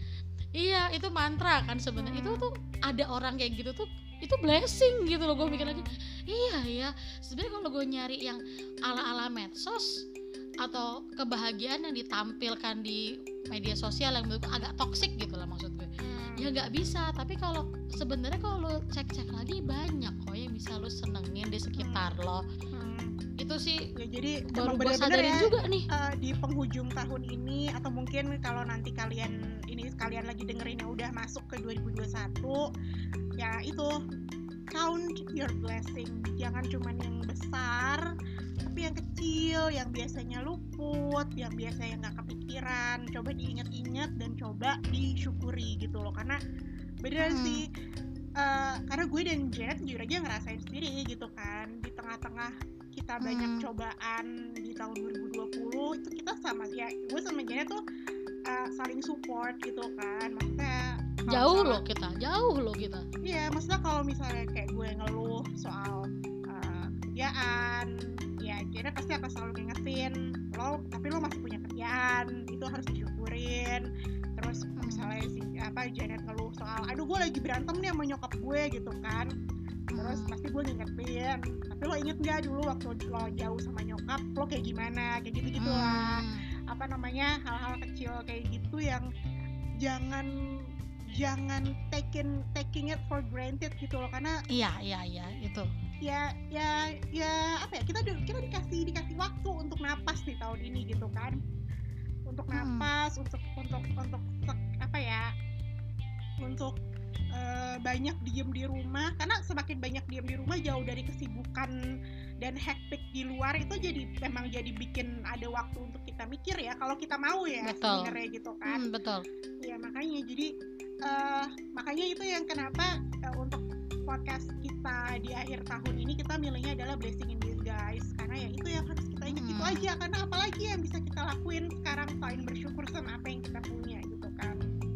iya itu mantra kan sebenarnya. Hmm. Itu tuh ada orang kayak gitu tuh, itu blessing gitu loh. Gue mikir lagi, iya ya sebenarnya kalau gue nyari yang ala-ala medsos atau kebahagiaan yang ditampilkan di media sosial yang menurut gue agak toksik gitu lah maksud gue, Hmm. ya nggak bisa. Tapi kalau sebenarnya kalau lo cek-cek lagi banyak kok yang bisa lo senengin di sekitar lo. Hmm. Itu sih Ya jadi baru emang gue bener-bener sadarin ya, juga nih. eh, di penghujung tahun ini, atau mungkin kalau nanti kalian ini kalian lagi dengerin yang udah masuk ke dua ribu dua puluh satu, ya itu count your blessing, jangan cuman yang besar tapi yang kecil, yang biasanya luput, yang biasanya nggak kepikiran, coba diingat-ingat dan coba disyukuri gitu loh. Karena beneran Hmm. sih, eh, karena gue dan Janet jujur aja ngerasain sendiri gitu kan, di tengah-tengah kita banyak Hmm. cobaan di tahun dua ribu dua puluh itu kita sama ya, gue sama Janet tuh uh, saling support gitu kan. Maksudnya kalau Jauh misalnya- loh kita, jauh loh kita. Iya, maksudnya kalau misalnya kayak gue ngeluh soal uh, kerjaan, ya Janet pasti akan selalu ngingetin lo, tapi lo masih punya kerjaan, itu harus disyukurin. Terus Hmm. misalnya si apa Janet ngeluh soal, aduh gue lagi berantem nih sama nyokap gue gitu kan, terus Hmm. pasti gue ngingetin, tapi lo inget nggak dulu waktu lo jauh sama nyokap lo kayak gimana, kayak gitu gitu lah. Hmm. Apa namanya, hal-hal kecil kayak gitu yang jangan jangan taking taking it for granted gitu loh. Karena Iya iya iya itu. ya ya ya apa ya, kita di- kita dikasih dikasih waktu untuk napas di tahun ini gitu kan, untuk Hmm. napas, untuk untuk untuk sek- apa ya, untuk eh, banyak diem di rumah. Karena semakin banyak diem di rumah, jauh dari kesibukan dan hektik di luar, itu jadi memang jadi bikin ada waktu untuk kita mikir ya, kalau kita mau ya Betul. sebenarnya gitu kan. Hmm, betul. Ya makanya jadi eh, makanya itu yang kenapa eh, untuk podcast kita di akhir tahun ini kita milihnya adalah blessing in disguise, karena ya itu yang harus kita ingat gitu Hmm. aja. Karena apalagi yang bisa kita lakuin sekarang selain bersyukur sama apa yang kita punya gitu kan.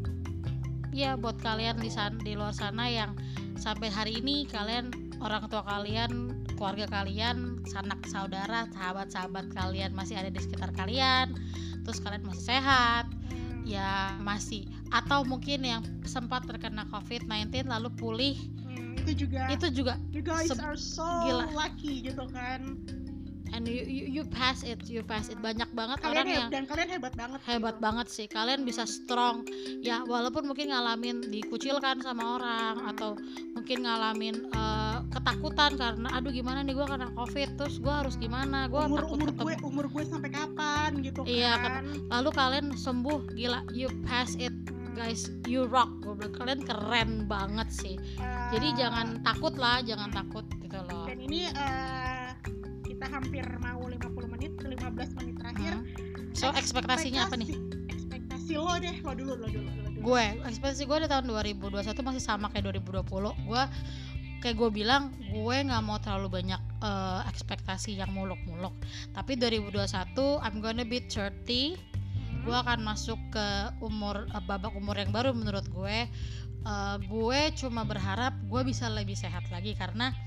Ya buat kalian di sana, di luar sana yang sampai hari ini kalian, orang tua kalian, keluarga kalian, sanak saudara, sahabat-sahabat kalian masih ada di sekitar kalian, terus kalian masih sehat, Hmm. ya masih, atau mungkin yang sempat terkena covid sembilan belas lalu pulih, Hmm, itu juga itu juga you guys se- are so gila. lucky gitu kan. and you, you, you pass it, you pass it. Banyak banget Kalian orang heb- yang dan kalian hebat banget hebat gitu. banget sih, kalian bisa strong ya, walaupun mungkin ngalamin dikucilkan sama orang, atau mungkin ngalamin eh, ketakutan karena aduh gimana nih gue kena covid, terus gue harus gimana, gue umur takut umur ketemu. gue umur gue sampai kapan gitu Iya, kan. lalu kalian sembuh, gila, you pass it Hmm, guys, you rock. Gue bilang kalian keren banget sih, eh, jadi jangan takut lah, jangan takut gitu loh. dan ini eh, kita hampir mau lima puluh menit, lima belas menit terakhir. Hmm. So ekspektasinya apa nih? Ekspektasi lo deh, lo dulu, lo dulu, lo dulu. Gue ekspektasi gue di tahun dua ribu dua puluh satu masih sama kayak dua ribu dua puluh. Gue kayak gue bilang, gue nggak mau terlalu banyak eh, ekspektasi yang muluk-muluk. Tapi dua ribu dua puluh satu I'm gonna be thirty. Hmm. Gue akan masuk ke umur eh, babak umur yang baru menurut gue. Eh, gue cuma berharap gue bisa lebih sehat lagi, karena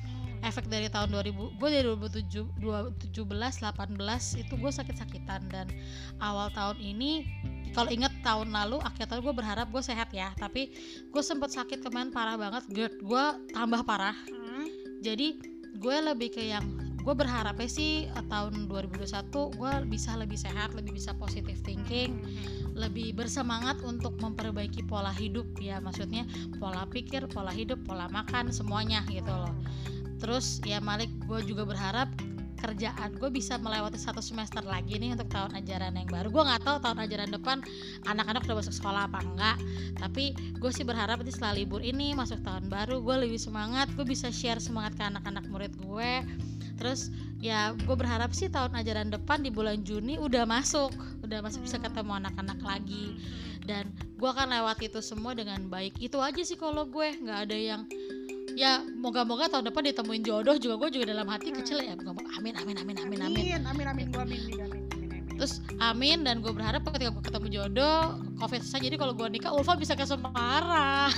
efek dari tahun dua ribu, gue dari dua ribu tujuh belas delapan belas itu gue sakit-sakitan, dan awal tahun ini kalau inget tahun lalu akhir tahun gue berharap gue sehat ya, tapi gue sempet sakit kemarin parah banget, GERD gue tambah parah. Hmm. Jadi gue lebih ke yang gue berharapnya sih eh, tahun dua ribu dua puluh satu gue bisa lebih sehat, lebih bisa positive thinking, lebih bersemangat untuk memperbaiki pola hidup ya, maksudnya pola pikir, pola hidup, pola makan, semuanya gitu loh. Terus ya Malik, gue juga berharap kerjaan gue bisa melewati satu semester lagi nih untuk tahun ajaran yang baru. Gue nggak tahu tahun ajaran depan anak-anak udah masuk sekolah apa enggak, tapi gue sih berharap nanti setelah libur ini masuk tahun baru gue lebih semangat, gue bisa share semangat ke anak-anak murid gue. Terus ya gue berharap sih tahun ajaran depan di bulan Juni udah masuk, udah masuk bisa ketemu anak-anak lagi, dan gue akan lewati itu semua dengan baik. Itu aja sih kalau gue, nggak ada yang ya moga-moga tahun depan ditemuin jodoh juga. Gue juga dalam hati kecil ya, moga-moga amin amin amin amin amin Amin, amin, amin, gue amin juga, amin, amin, amin. terus amin. Dan gue berharap ketika gue ketemu jodoh covid selesai, jadi kalau gue nikah Ulfa bisa ke Semarang.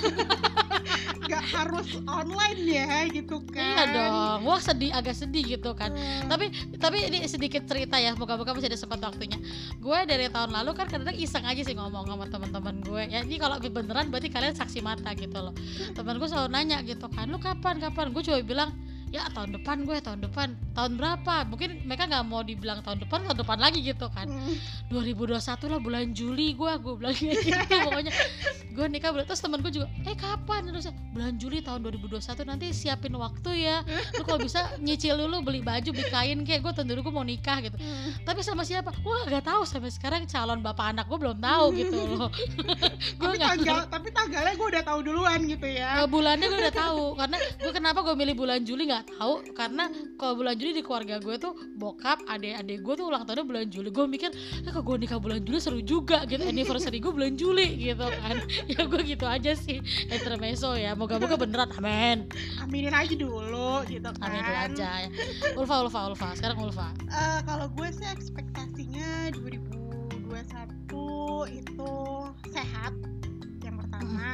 Gak harus online ya gitu kan. Iya dong, wah sedih, agak sedih gitu kan. Hmm. Tapi tapi ini sedikit cerita ya, moga-moga masih ada sempat waktunya. Gue dari tahun lalu kan kadang-kadang iseng aja sih ngomong sama teman-teman gue. Ya ini kalau beneran berarti kalian saksi mata gitu loh. Teman gue selalu nanya gitu kan, lu kapan kapan? Gue coba bilang ya tahun depan gue, tahun depan. Tahun berapa? Mungkin mereka nggak mau dibilang tahun depan, tahun depan lagi gitu kan. Hmm. dua ribu dua puluh satu lah, bulan Juli gue gue bilang kayak gitu. Pokoknya gue nikah bulan, terus temen gue juga eh kapan? Terus bulan Juli tahun dua ribu dua puluh satu, nanti siapin waktu ya, lu kalau bisa nyicil dulu, beli baju, beli kain, kayak gue tahun dulu gue mau nikah gitu. Hmm. Tapi sama siapa? Wah gak tahu sampai sekarang, calon bapak anak gue belum tahu gitu loh. Gue Tapi nggak tanggal, tapi tanggalnya gue udah tahu duluan gitu ya. Uh, bulannya gue udah tahu, karena gue kenapa gue milih bulan Juli nggak tahu, karena kalau bulan Juli di keluarga gue tuh bokap, adik-adik gue tuh ulang tahunnya bulan Juli. Gue mikir ya kalau gue nikah bulan Juli seru juga gitu, anniversary gue bulan Juli gitu kan. Ya gue gitu aja sih, intermezzo ya, moga-moga beneran, amin. Aminin aja dulu gitu kan. Amin dulu aja ya. Ulfa, Ulfa, Ulfa, sekarang Ulfa. Eh, kalau gue sih ekspektasinya dua ribu dua puluh satu itu sehat yang pertama,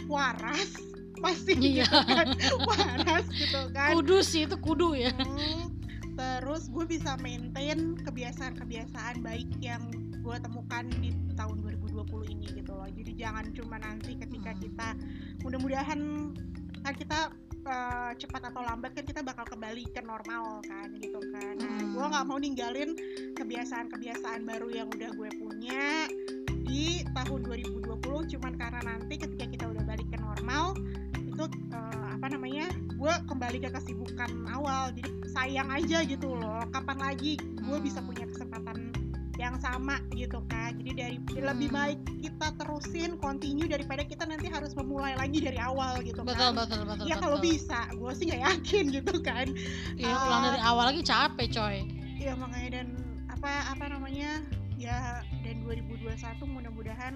waras pasti Iya. gitu kan. Waras gitu kan. Kudu sih, itu kudu ya. Hmm, terus gue bisa maintain kebiasaan-kebiasaan baik yang gue temukan di tahun dua ribu dua puluh ini gitu loh. Jadi jangan cuma nanti ketika Hmm. kita mudah-mudahan kan kita uh, cepat atau lambat kan kita bakal kembali ke normal kan gitu kan. Nah, Hmm. gue nggak mau ninggalin kebiasaan-kebiasaan baru yang udah gue punya di tahun dua ribu dua puluh cuman karena nanti ketika kita udah balik ke normal itu uh, apa namanya, gue kembali ke kesibukan awal. Jadi sayang aja gitu loh, kapan lagi gue bisa punya kesempatan yang sama gitu kan. Jadi dari lebih baik kita terusin continue daripada kita nanti harus memulai lagi dari awal gitu Betul, kan. betul, betul. Ya betul. kalau bisa, gue sih nggak yakin gitu kan. Iya, Uh, ulang dari awal lagi capek coy. ya makanya, dan apa apa namanya ya, dan dua ribu dua puluh satu mudah-mudahan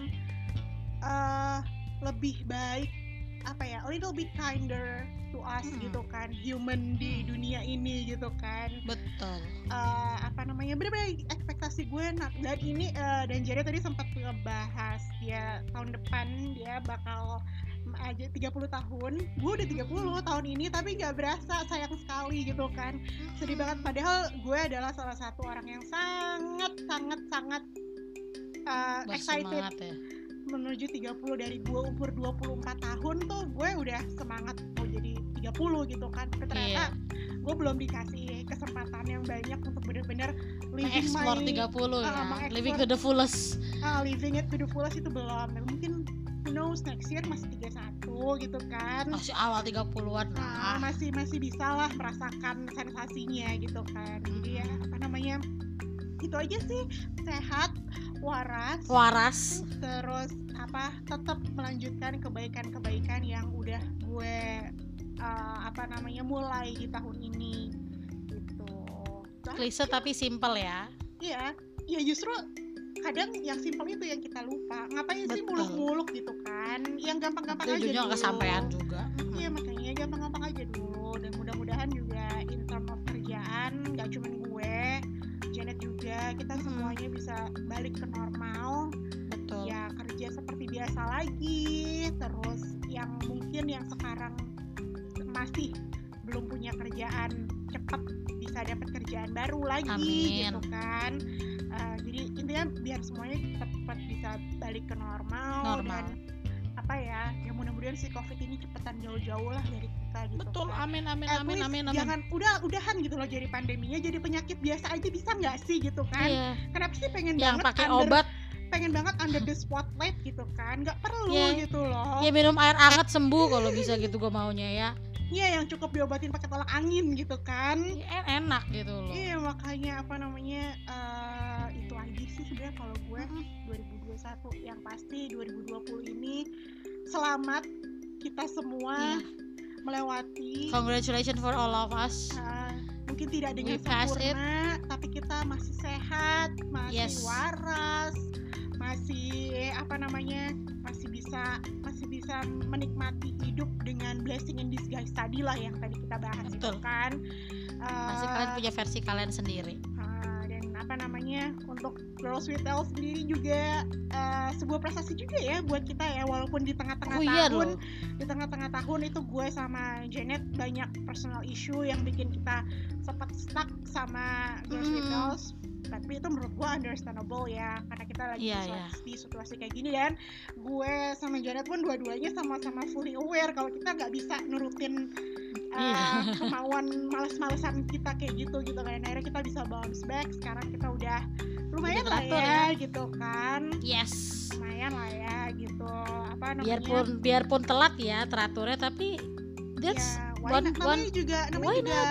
uh, lebih baik, apa ya, a little bit kinder to us Hmm. gitu kan, human di dunia ini gitu kan. Betul. Uh, apa namanya, bener-bener ekspektasi gue. Nah, dan ini uh, dan Jerry tadi sempat ngebahas dia tahun depan dia bakal aja tiga puluh tahun. Gue udah tiga puluh tahun ini tapi nggak berasa, sayang sekali gitu kan. Sedih banget, padahal gue adalah salah satu orang yang sangat sangat sangat uh, excited Bersemangat ya. menuju tiga puluh. Dari gue umur dua puluh empat tahun tuh gue udah semangat mau jadi tiga puluh gitu kan. Tapi ternyata gue belum dikasih kesempatan yang banyak untuk bener-bener living Mengeksplor my tiga puluh uh, ya. mengeksplor- Living to the fullest. uh, living it to the fullest itu belum. Mungkin who knows, next year masih tiga puluh satu gitu kan. Masih awal tiga puluhan Nah, lah. masih masih bisa lah merasakan sensasinya gitu kan. Jadi ya apa namanya, itu aja sih, sehat, waras, Waras. terus apa, tetap melanjutkan kebaikan-kebaikan yang udah gue uh, apa namanya mulai di tahun ini gitu. Nah, Klise tapi simple ya. iya, ya justru kadang yang simpel itu yang kita lupa. Ngapain sih Betul. muluk-muluk gitu kan? Yang gampang-gampang aja Ujungnya dulu. kesampean juga. Iya, makanya gampang-gampang aja dulu. Dan mudah-mudahan juga in term of kerjaan, gak cuma gue, Janet juga, kita Mm-mm. semuanya bisa balik ke normal. Betul. Ya kerja seperti biasa lagi. Terus yang mungkin yang sekarang masih belum punya kerjaan cepet bisa dapat kerjaan baru lagi. Amin. Gitu kan. Uh, jadi intinya biar semuanya cepat bisa balik ke normal, Normal. dan apa ya, ya mudah-mudahan si covid ini cepetan jauh-jauh lah dari kita gitu. Betul, kan. amin amin At amin least amin amin. jangan udah udahan gitu loh jadi pandeminya, jadi penyakit biasa aja bisa nggak sih gitu kan. Iya. Kenapa sih pengen Yang banget pakai under, obat, pengen banget under the spotlight gitu kan, nggak perlu Iya. gitu loh. ya minum air hangat sembuh kalau bisa gitu gue maunya ya. Iya, yang cukup diobatin pakai tolak angin gitu kan. Ya, enak gitu loh. Iya, makanya apa namanya, uh, itu aja sih sebenarnya kalau gue dua ribu dua puluh satu. Yang pasti dua ribu dua puluh ini selamat kita semua Iya. melewati. Congratulations for all of us. Uh, mungkin tidak dengan We pass sempurna, tapi kita masih sehat, masih Yes. waras, masih apa namanya, masih bisa masih bisa menikmati hidup dengan blessing in disguise tadi lah yang tadi kita bahas. Betul. Itu kan. Masih Uh, kalian punya versi kalian sendiri. Uh, dan apa namanya, untuk Girls We Tell sendiri juga uh, sebuah prestasi juga ya buat kita ya, walaupun di tengah-tengah Oh iya tahun loh. di tengah-tengah tahun itu gue sama Janet banyak personal issue yang bikin kita sempat stuck sama Girls We Mm. Tell, tapi itu menurut gue understandable ya, karena kita lagi Iya, di, iya. situasi, di situasi kayak gini, dan gue sama Janet pun dua-duanya sama-sama fully aware kalau kita nggak bisa nurutin uh, Iya. kemauan males-malesan kita kayak gitu gitu kan. Akhirnya kita bisa bounce back, sekarang kita udah lumayan lah teratur ya, ya. gitu kan, Yes. lumayan lah ya gitu, apa namanya, Biarpun biarpun telat ya teraturnya, tapi that's ya, why one not? one namanya juga namanya why juga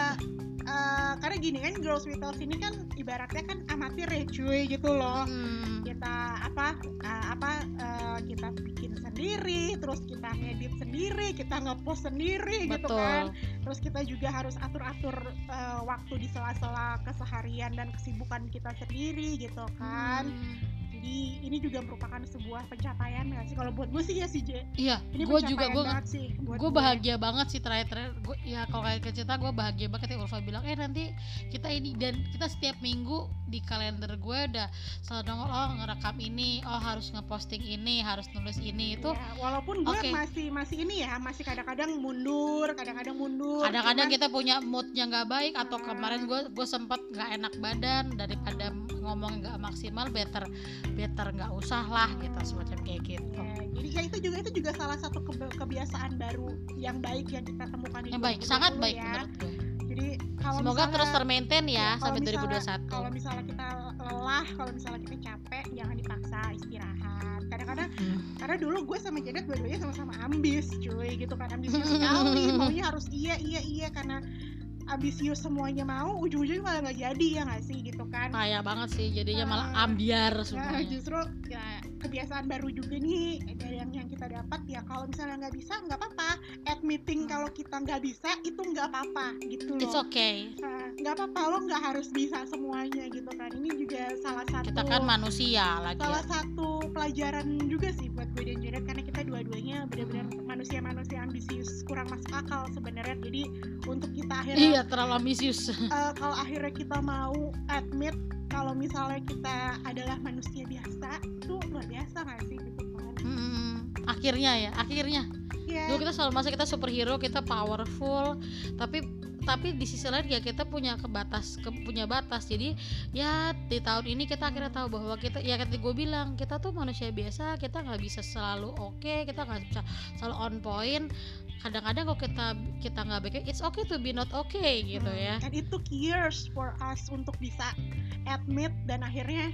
uh, karena gini kan, Girls We Tell ini kan ibaratnya kan amatir ya cuy gitu loh. Hmm, Kita apa uh, apa uh, kita bikin sendiri, terus kita ngedit sendiri, kita ngepost sendiri gitu kan. betul. Terus kita juga harus atur-atur uh, waktu di sela-sela keseharian dan kesibukan kita sendiri gitu kan. Hmm. Jadi ini juga merupakan sebuah pencapaian nggak sih? Kalau buat gue sih ya sih J. Iya, Ini gue juga pencapaian gue banget sih buat gue bahagia banget sih terakhir-terakhir gue ya, kalau kayak cerita gue bahagia banget ya Ulfa bilang eh nanti kita ini, dan kita setiap minggu di kalender gue udah selalu nongol, oh ngerekam ini, oh harus ngeposting ini, harus nulis ini itu. Ya, walaupun gue Oke. masih masih ini ya, masih kadang-kadang mundur, kadang-kadang mundur. Kadang-kadang cuman- kita punya moodnya nggak baik, atau Ah. kemarin gue gue sempat nggak enak badan, daripada ngomong nggak maksimal, better better nggak usah lah gitu, semacam kayak gitu. Ya, jadi ya itu juga itu juga salah satu kebe- kebiasaan baru yang baik yang kita temukan di Yang baik, dua ribu dua puluh sangat baik ya. menurut gue. Jadi kalau Semoga misalnya- terus termaintain ya, ya kalau sampai dua ribu dua puluh misalnya- satu. Kalau misalnya kita lelah, kalau misalnya kita capek, jangan dipaksa, istirahat. Kadang-kadang Hmm. karena dulu gue sama Janet dua-duanya sama-sama ambis cuy gitu kan, ambisius sekali, maunya harus iya iya iya, karena ambisius semuanya mau, ujung-ujungnya malah nggak jadi ya nggak sih gitu kan. Kaya banget sih, jadinya malah Ah. ambiar Nah semuanya. justru ya kebiasaan baru juga nih dari yang yang kita dapat ya, kalau misalnya nggak bisa nggak apa-apa, admitting kalau kita nggak bisa itu nggak apa-apa gitu It's loh. okay. Nah, nggak apa-apa, lo nggak harus bisa semuanya gitu kan. Ini juga salah satu Kita kan manusia lagi. salah satu pelajaran juga sih buat gue dan Janet, karena kita dua-duanya benar-benar manusia-manusia ambisius kurang masuk akal sebenarnya. Jadi untuk kita akhirnya Iya, terlalu ambisius. uh, kalau akhirnya kita mau admit kalau misalnya kita adalah manusia biasa, itu luar biasa nggak sih gitu kan. Hmm, akhirnya ya, akhirnya. Ya, Dulu kita selalu masa kita superhero, kita powerful, tapi tapi di sisi lain ya kita punya kebatas ke, punya batas. Jadi ya di tahun ini kita akhirnya tahu bahwa kita, ya ketika gue bilang, kita tuh manusia biasa, kita nggak bisa selalu oke, kita nggak bisa selalu on point. Kadang-kadang kalau kita kita nggak baik, it's okay to be not okay gitu hmm, ya. and it took years for us untuk bisa admit dan akhirnya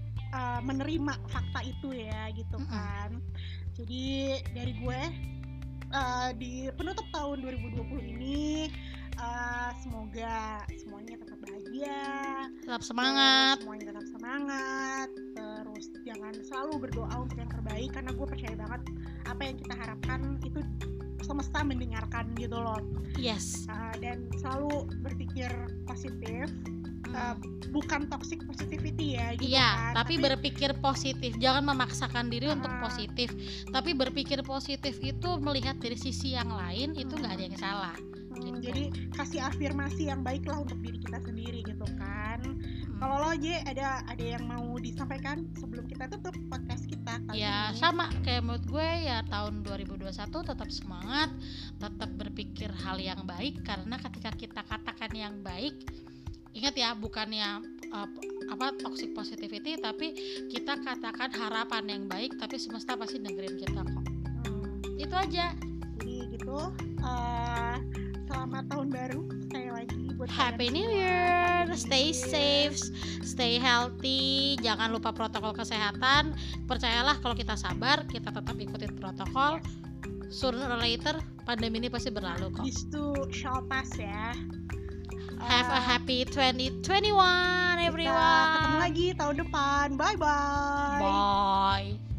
uh, menerima fakta itu ya gitu Mm-mm. kan. Jadi dari gue uh, di penutup tahun dua ribu dua puluh ini, uh, semoga semuanya tetap bahagia, Tetap semangat. terus semuanya tetap semangat, terus jangan selalu berdoa untuk yang terbaik, karena gue percaya banget apa yang kita harapkan itu semesta mendengarkan gitu loh. Yes. Uh, dan selalu berpikir positif, uh, Hmm. bukan toxic positivity ya gitu Iya, kan, tapi, berpikir positif. Jangan memaksakan diri Ah. untuk positif. Tapi berpikir positif itu melihat dari sisi yang lain, itu nggak ada yang salah. hmm, gitu. jadi kasih afirmasi yang baik lah untuk diri kita sendiri gitu kan. Hmm. Kalau lo aja ada ada yang mau disampaikan sebelum kita tutup podcast kita kali Ya ini. sama kayak menurut gue ya, tahun dua ribu dua puluh satu tetap semangat, tetap berpikir hal yang baik, karena ketika kita katakan yang baik, ingat ya, bukannya uh, apa toxic positivity, tapi kita katakan harapan yang baik, tapi semesta pasti dengerin kita kok. Hmm, Itu aja. jadi gitu. Uh, selamat tahun baru sekali lagi buat Happy kalian New semua. Year, Happy New stay Year. safe, stay healthy, jangan lupa protokol kesehatan. Percayalah kalau kita sabar, kita tetap ikutin protokol, sooner or later pandemi ini pasti berlalu kok. This too shall pass ya. Have a Uh, happy twenty twenty-one Kita ketemu everyone. lagi tahun depan. Bye bye. Bye.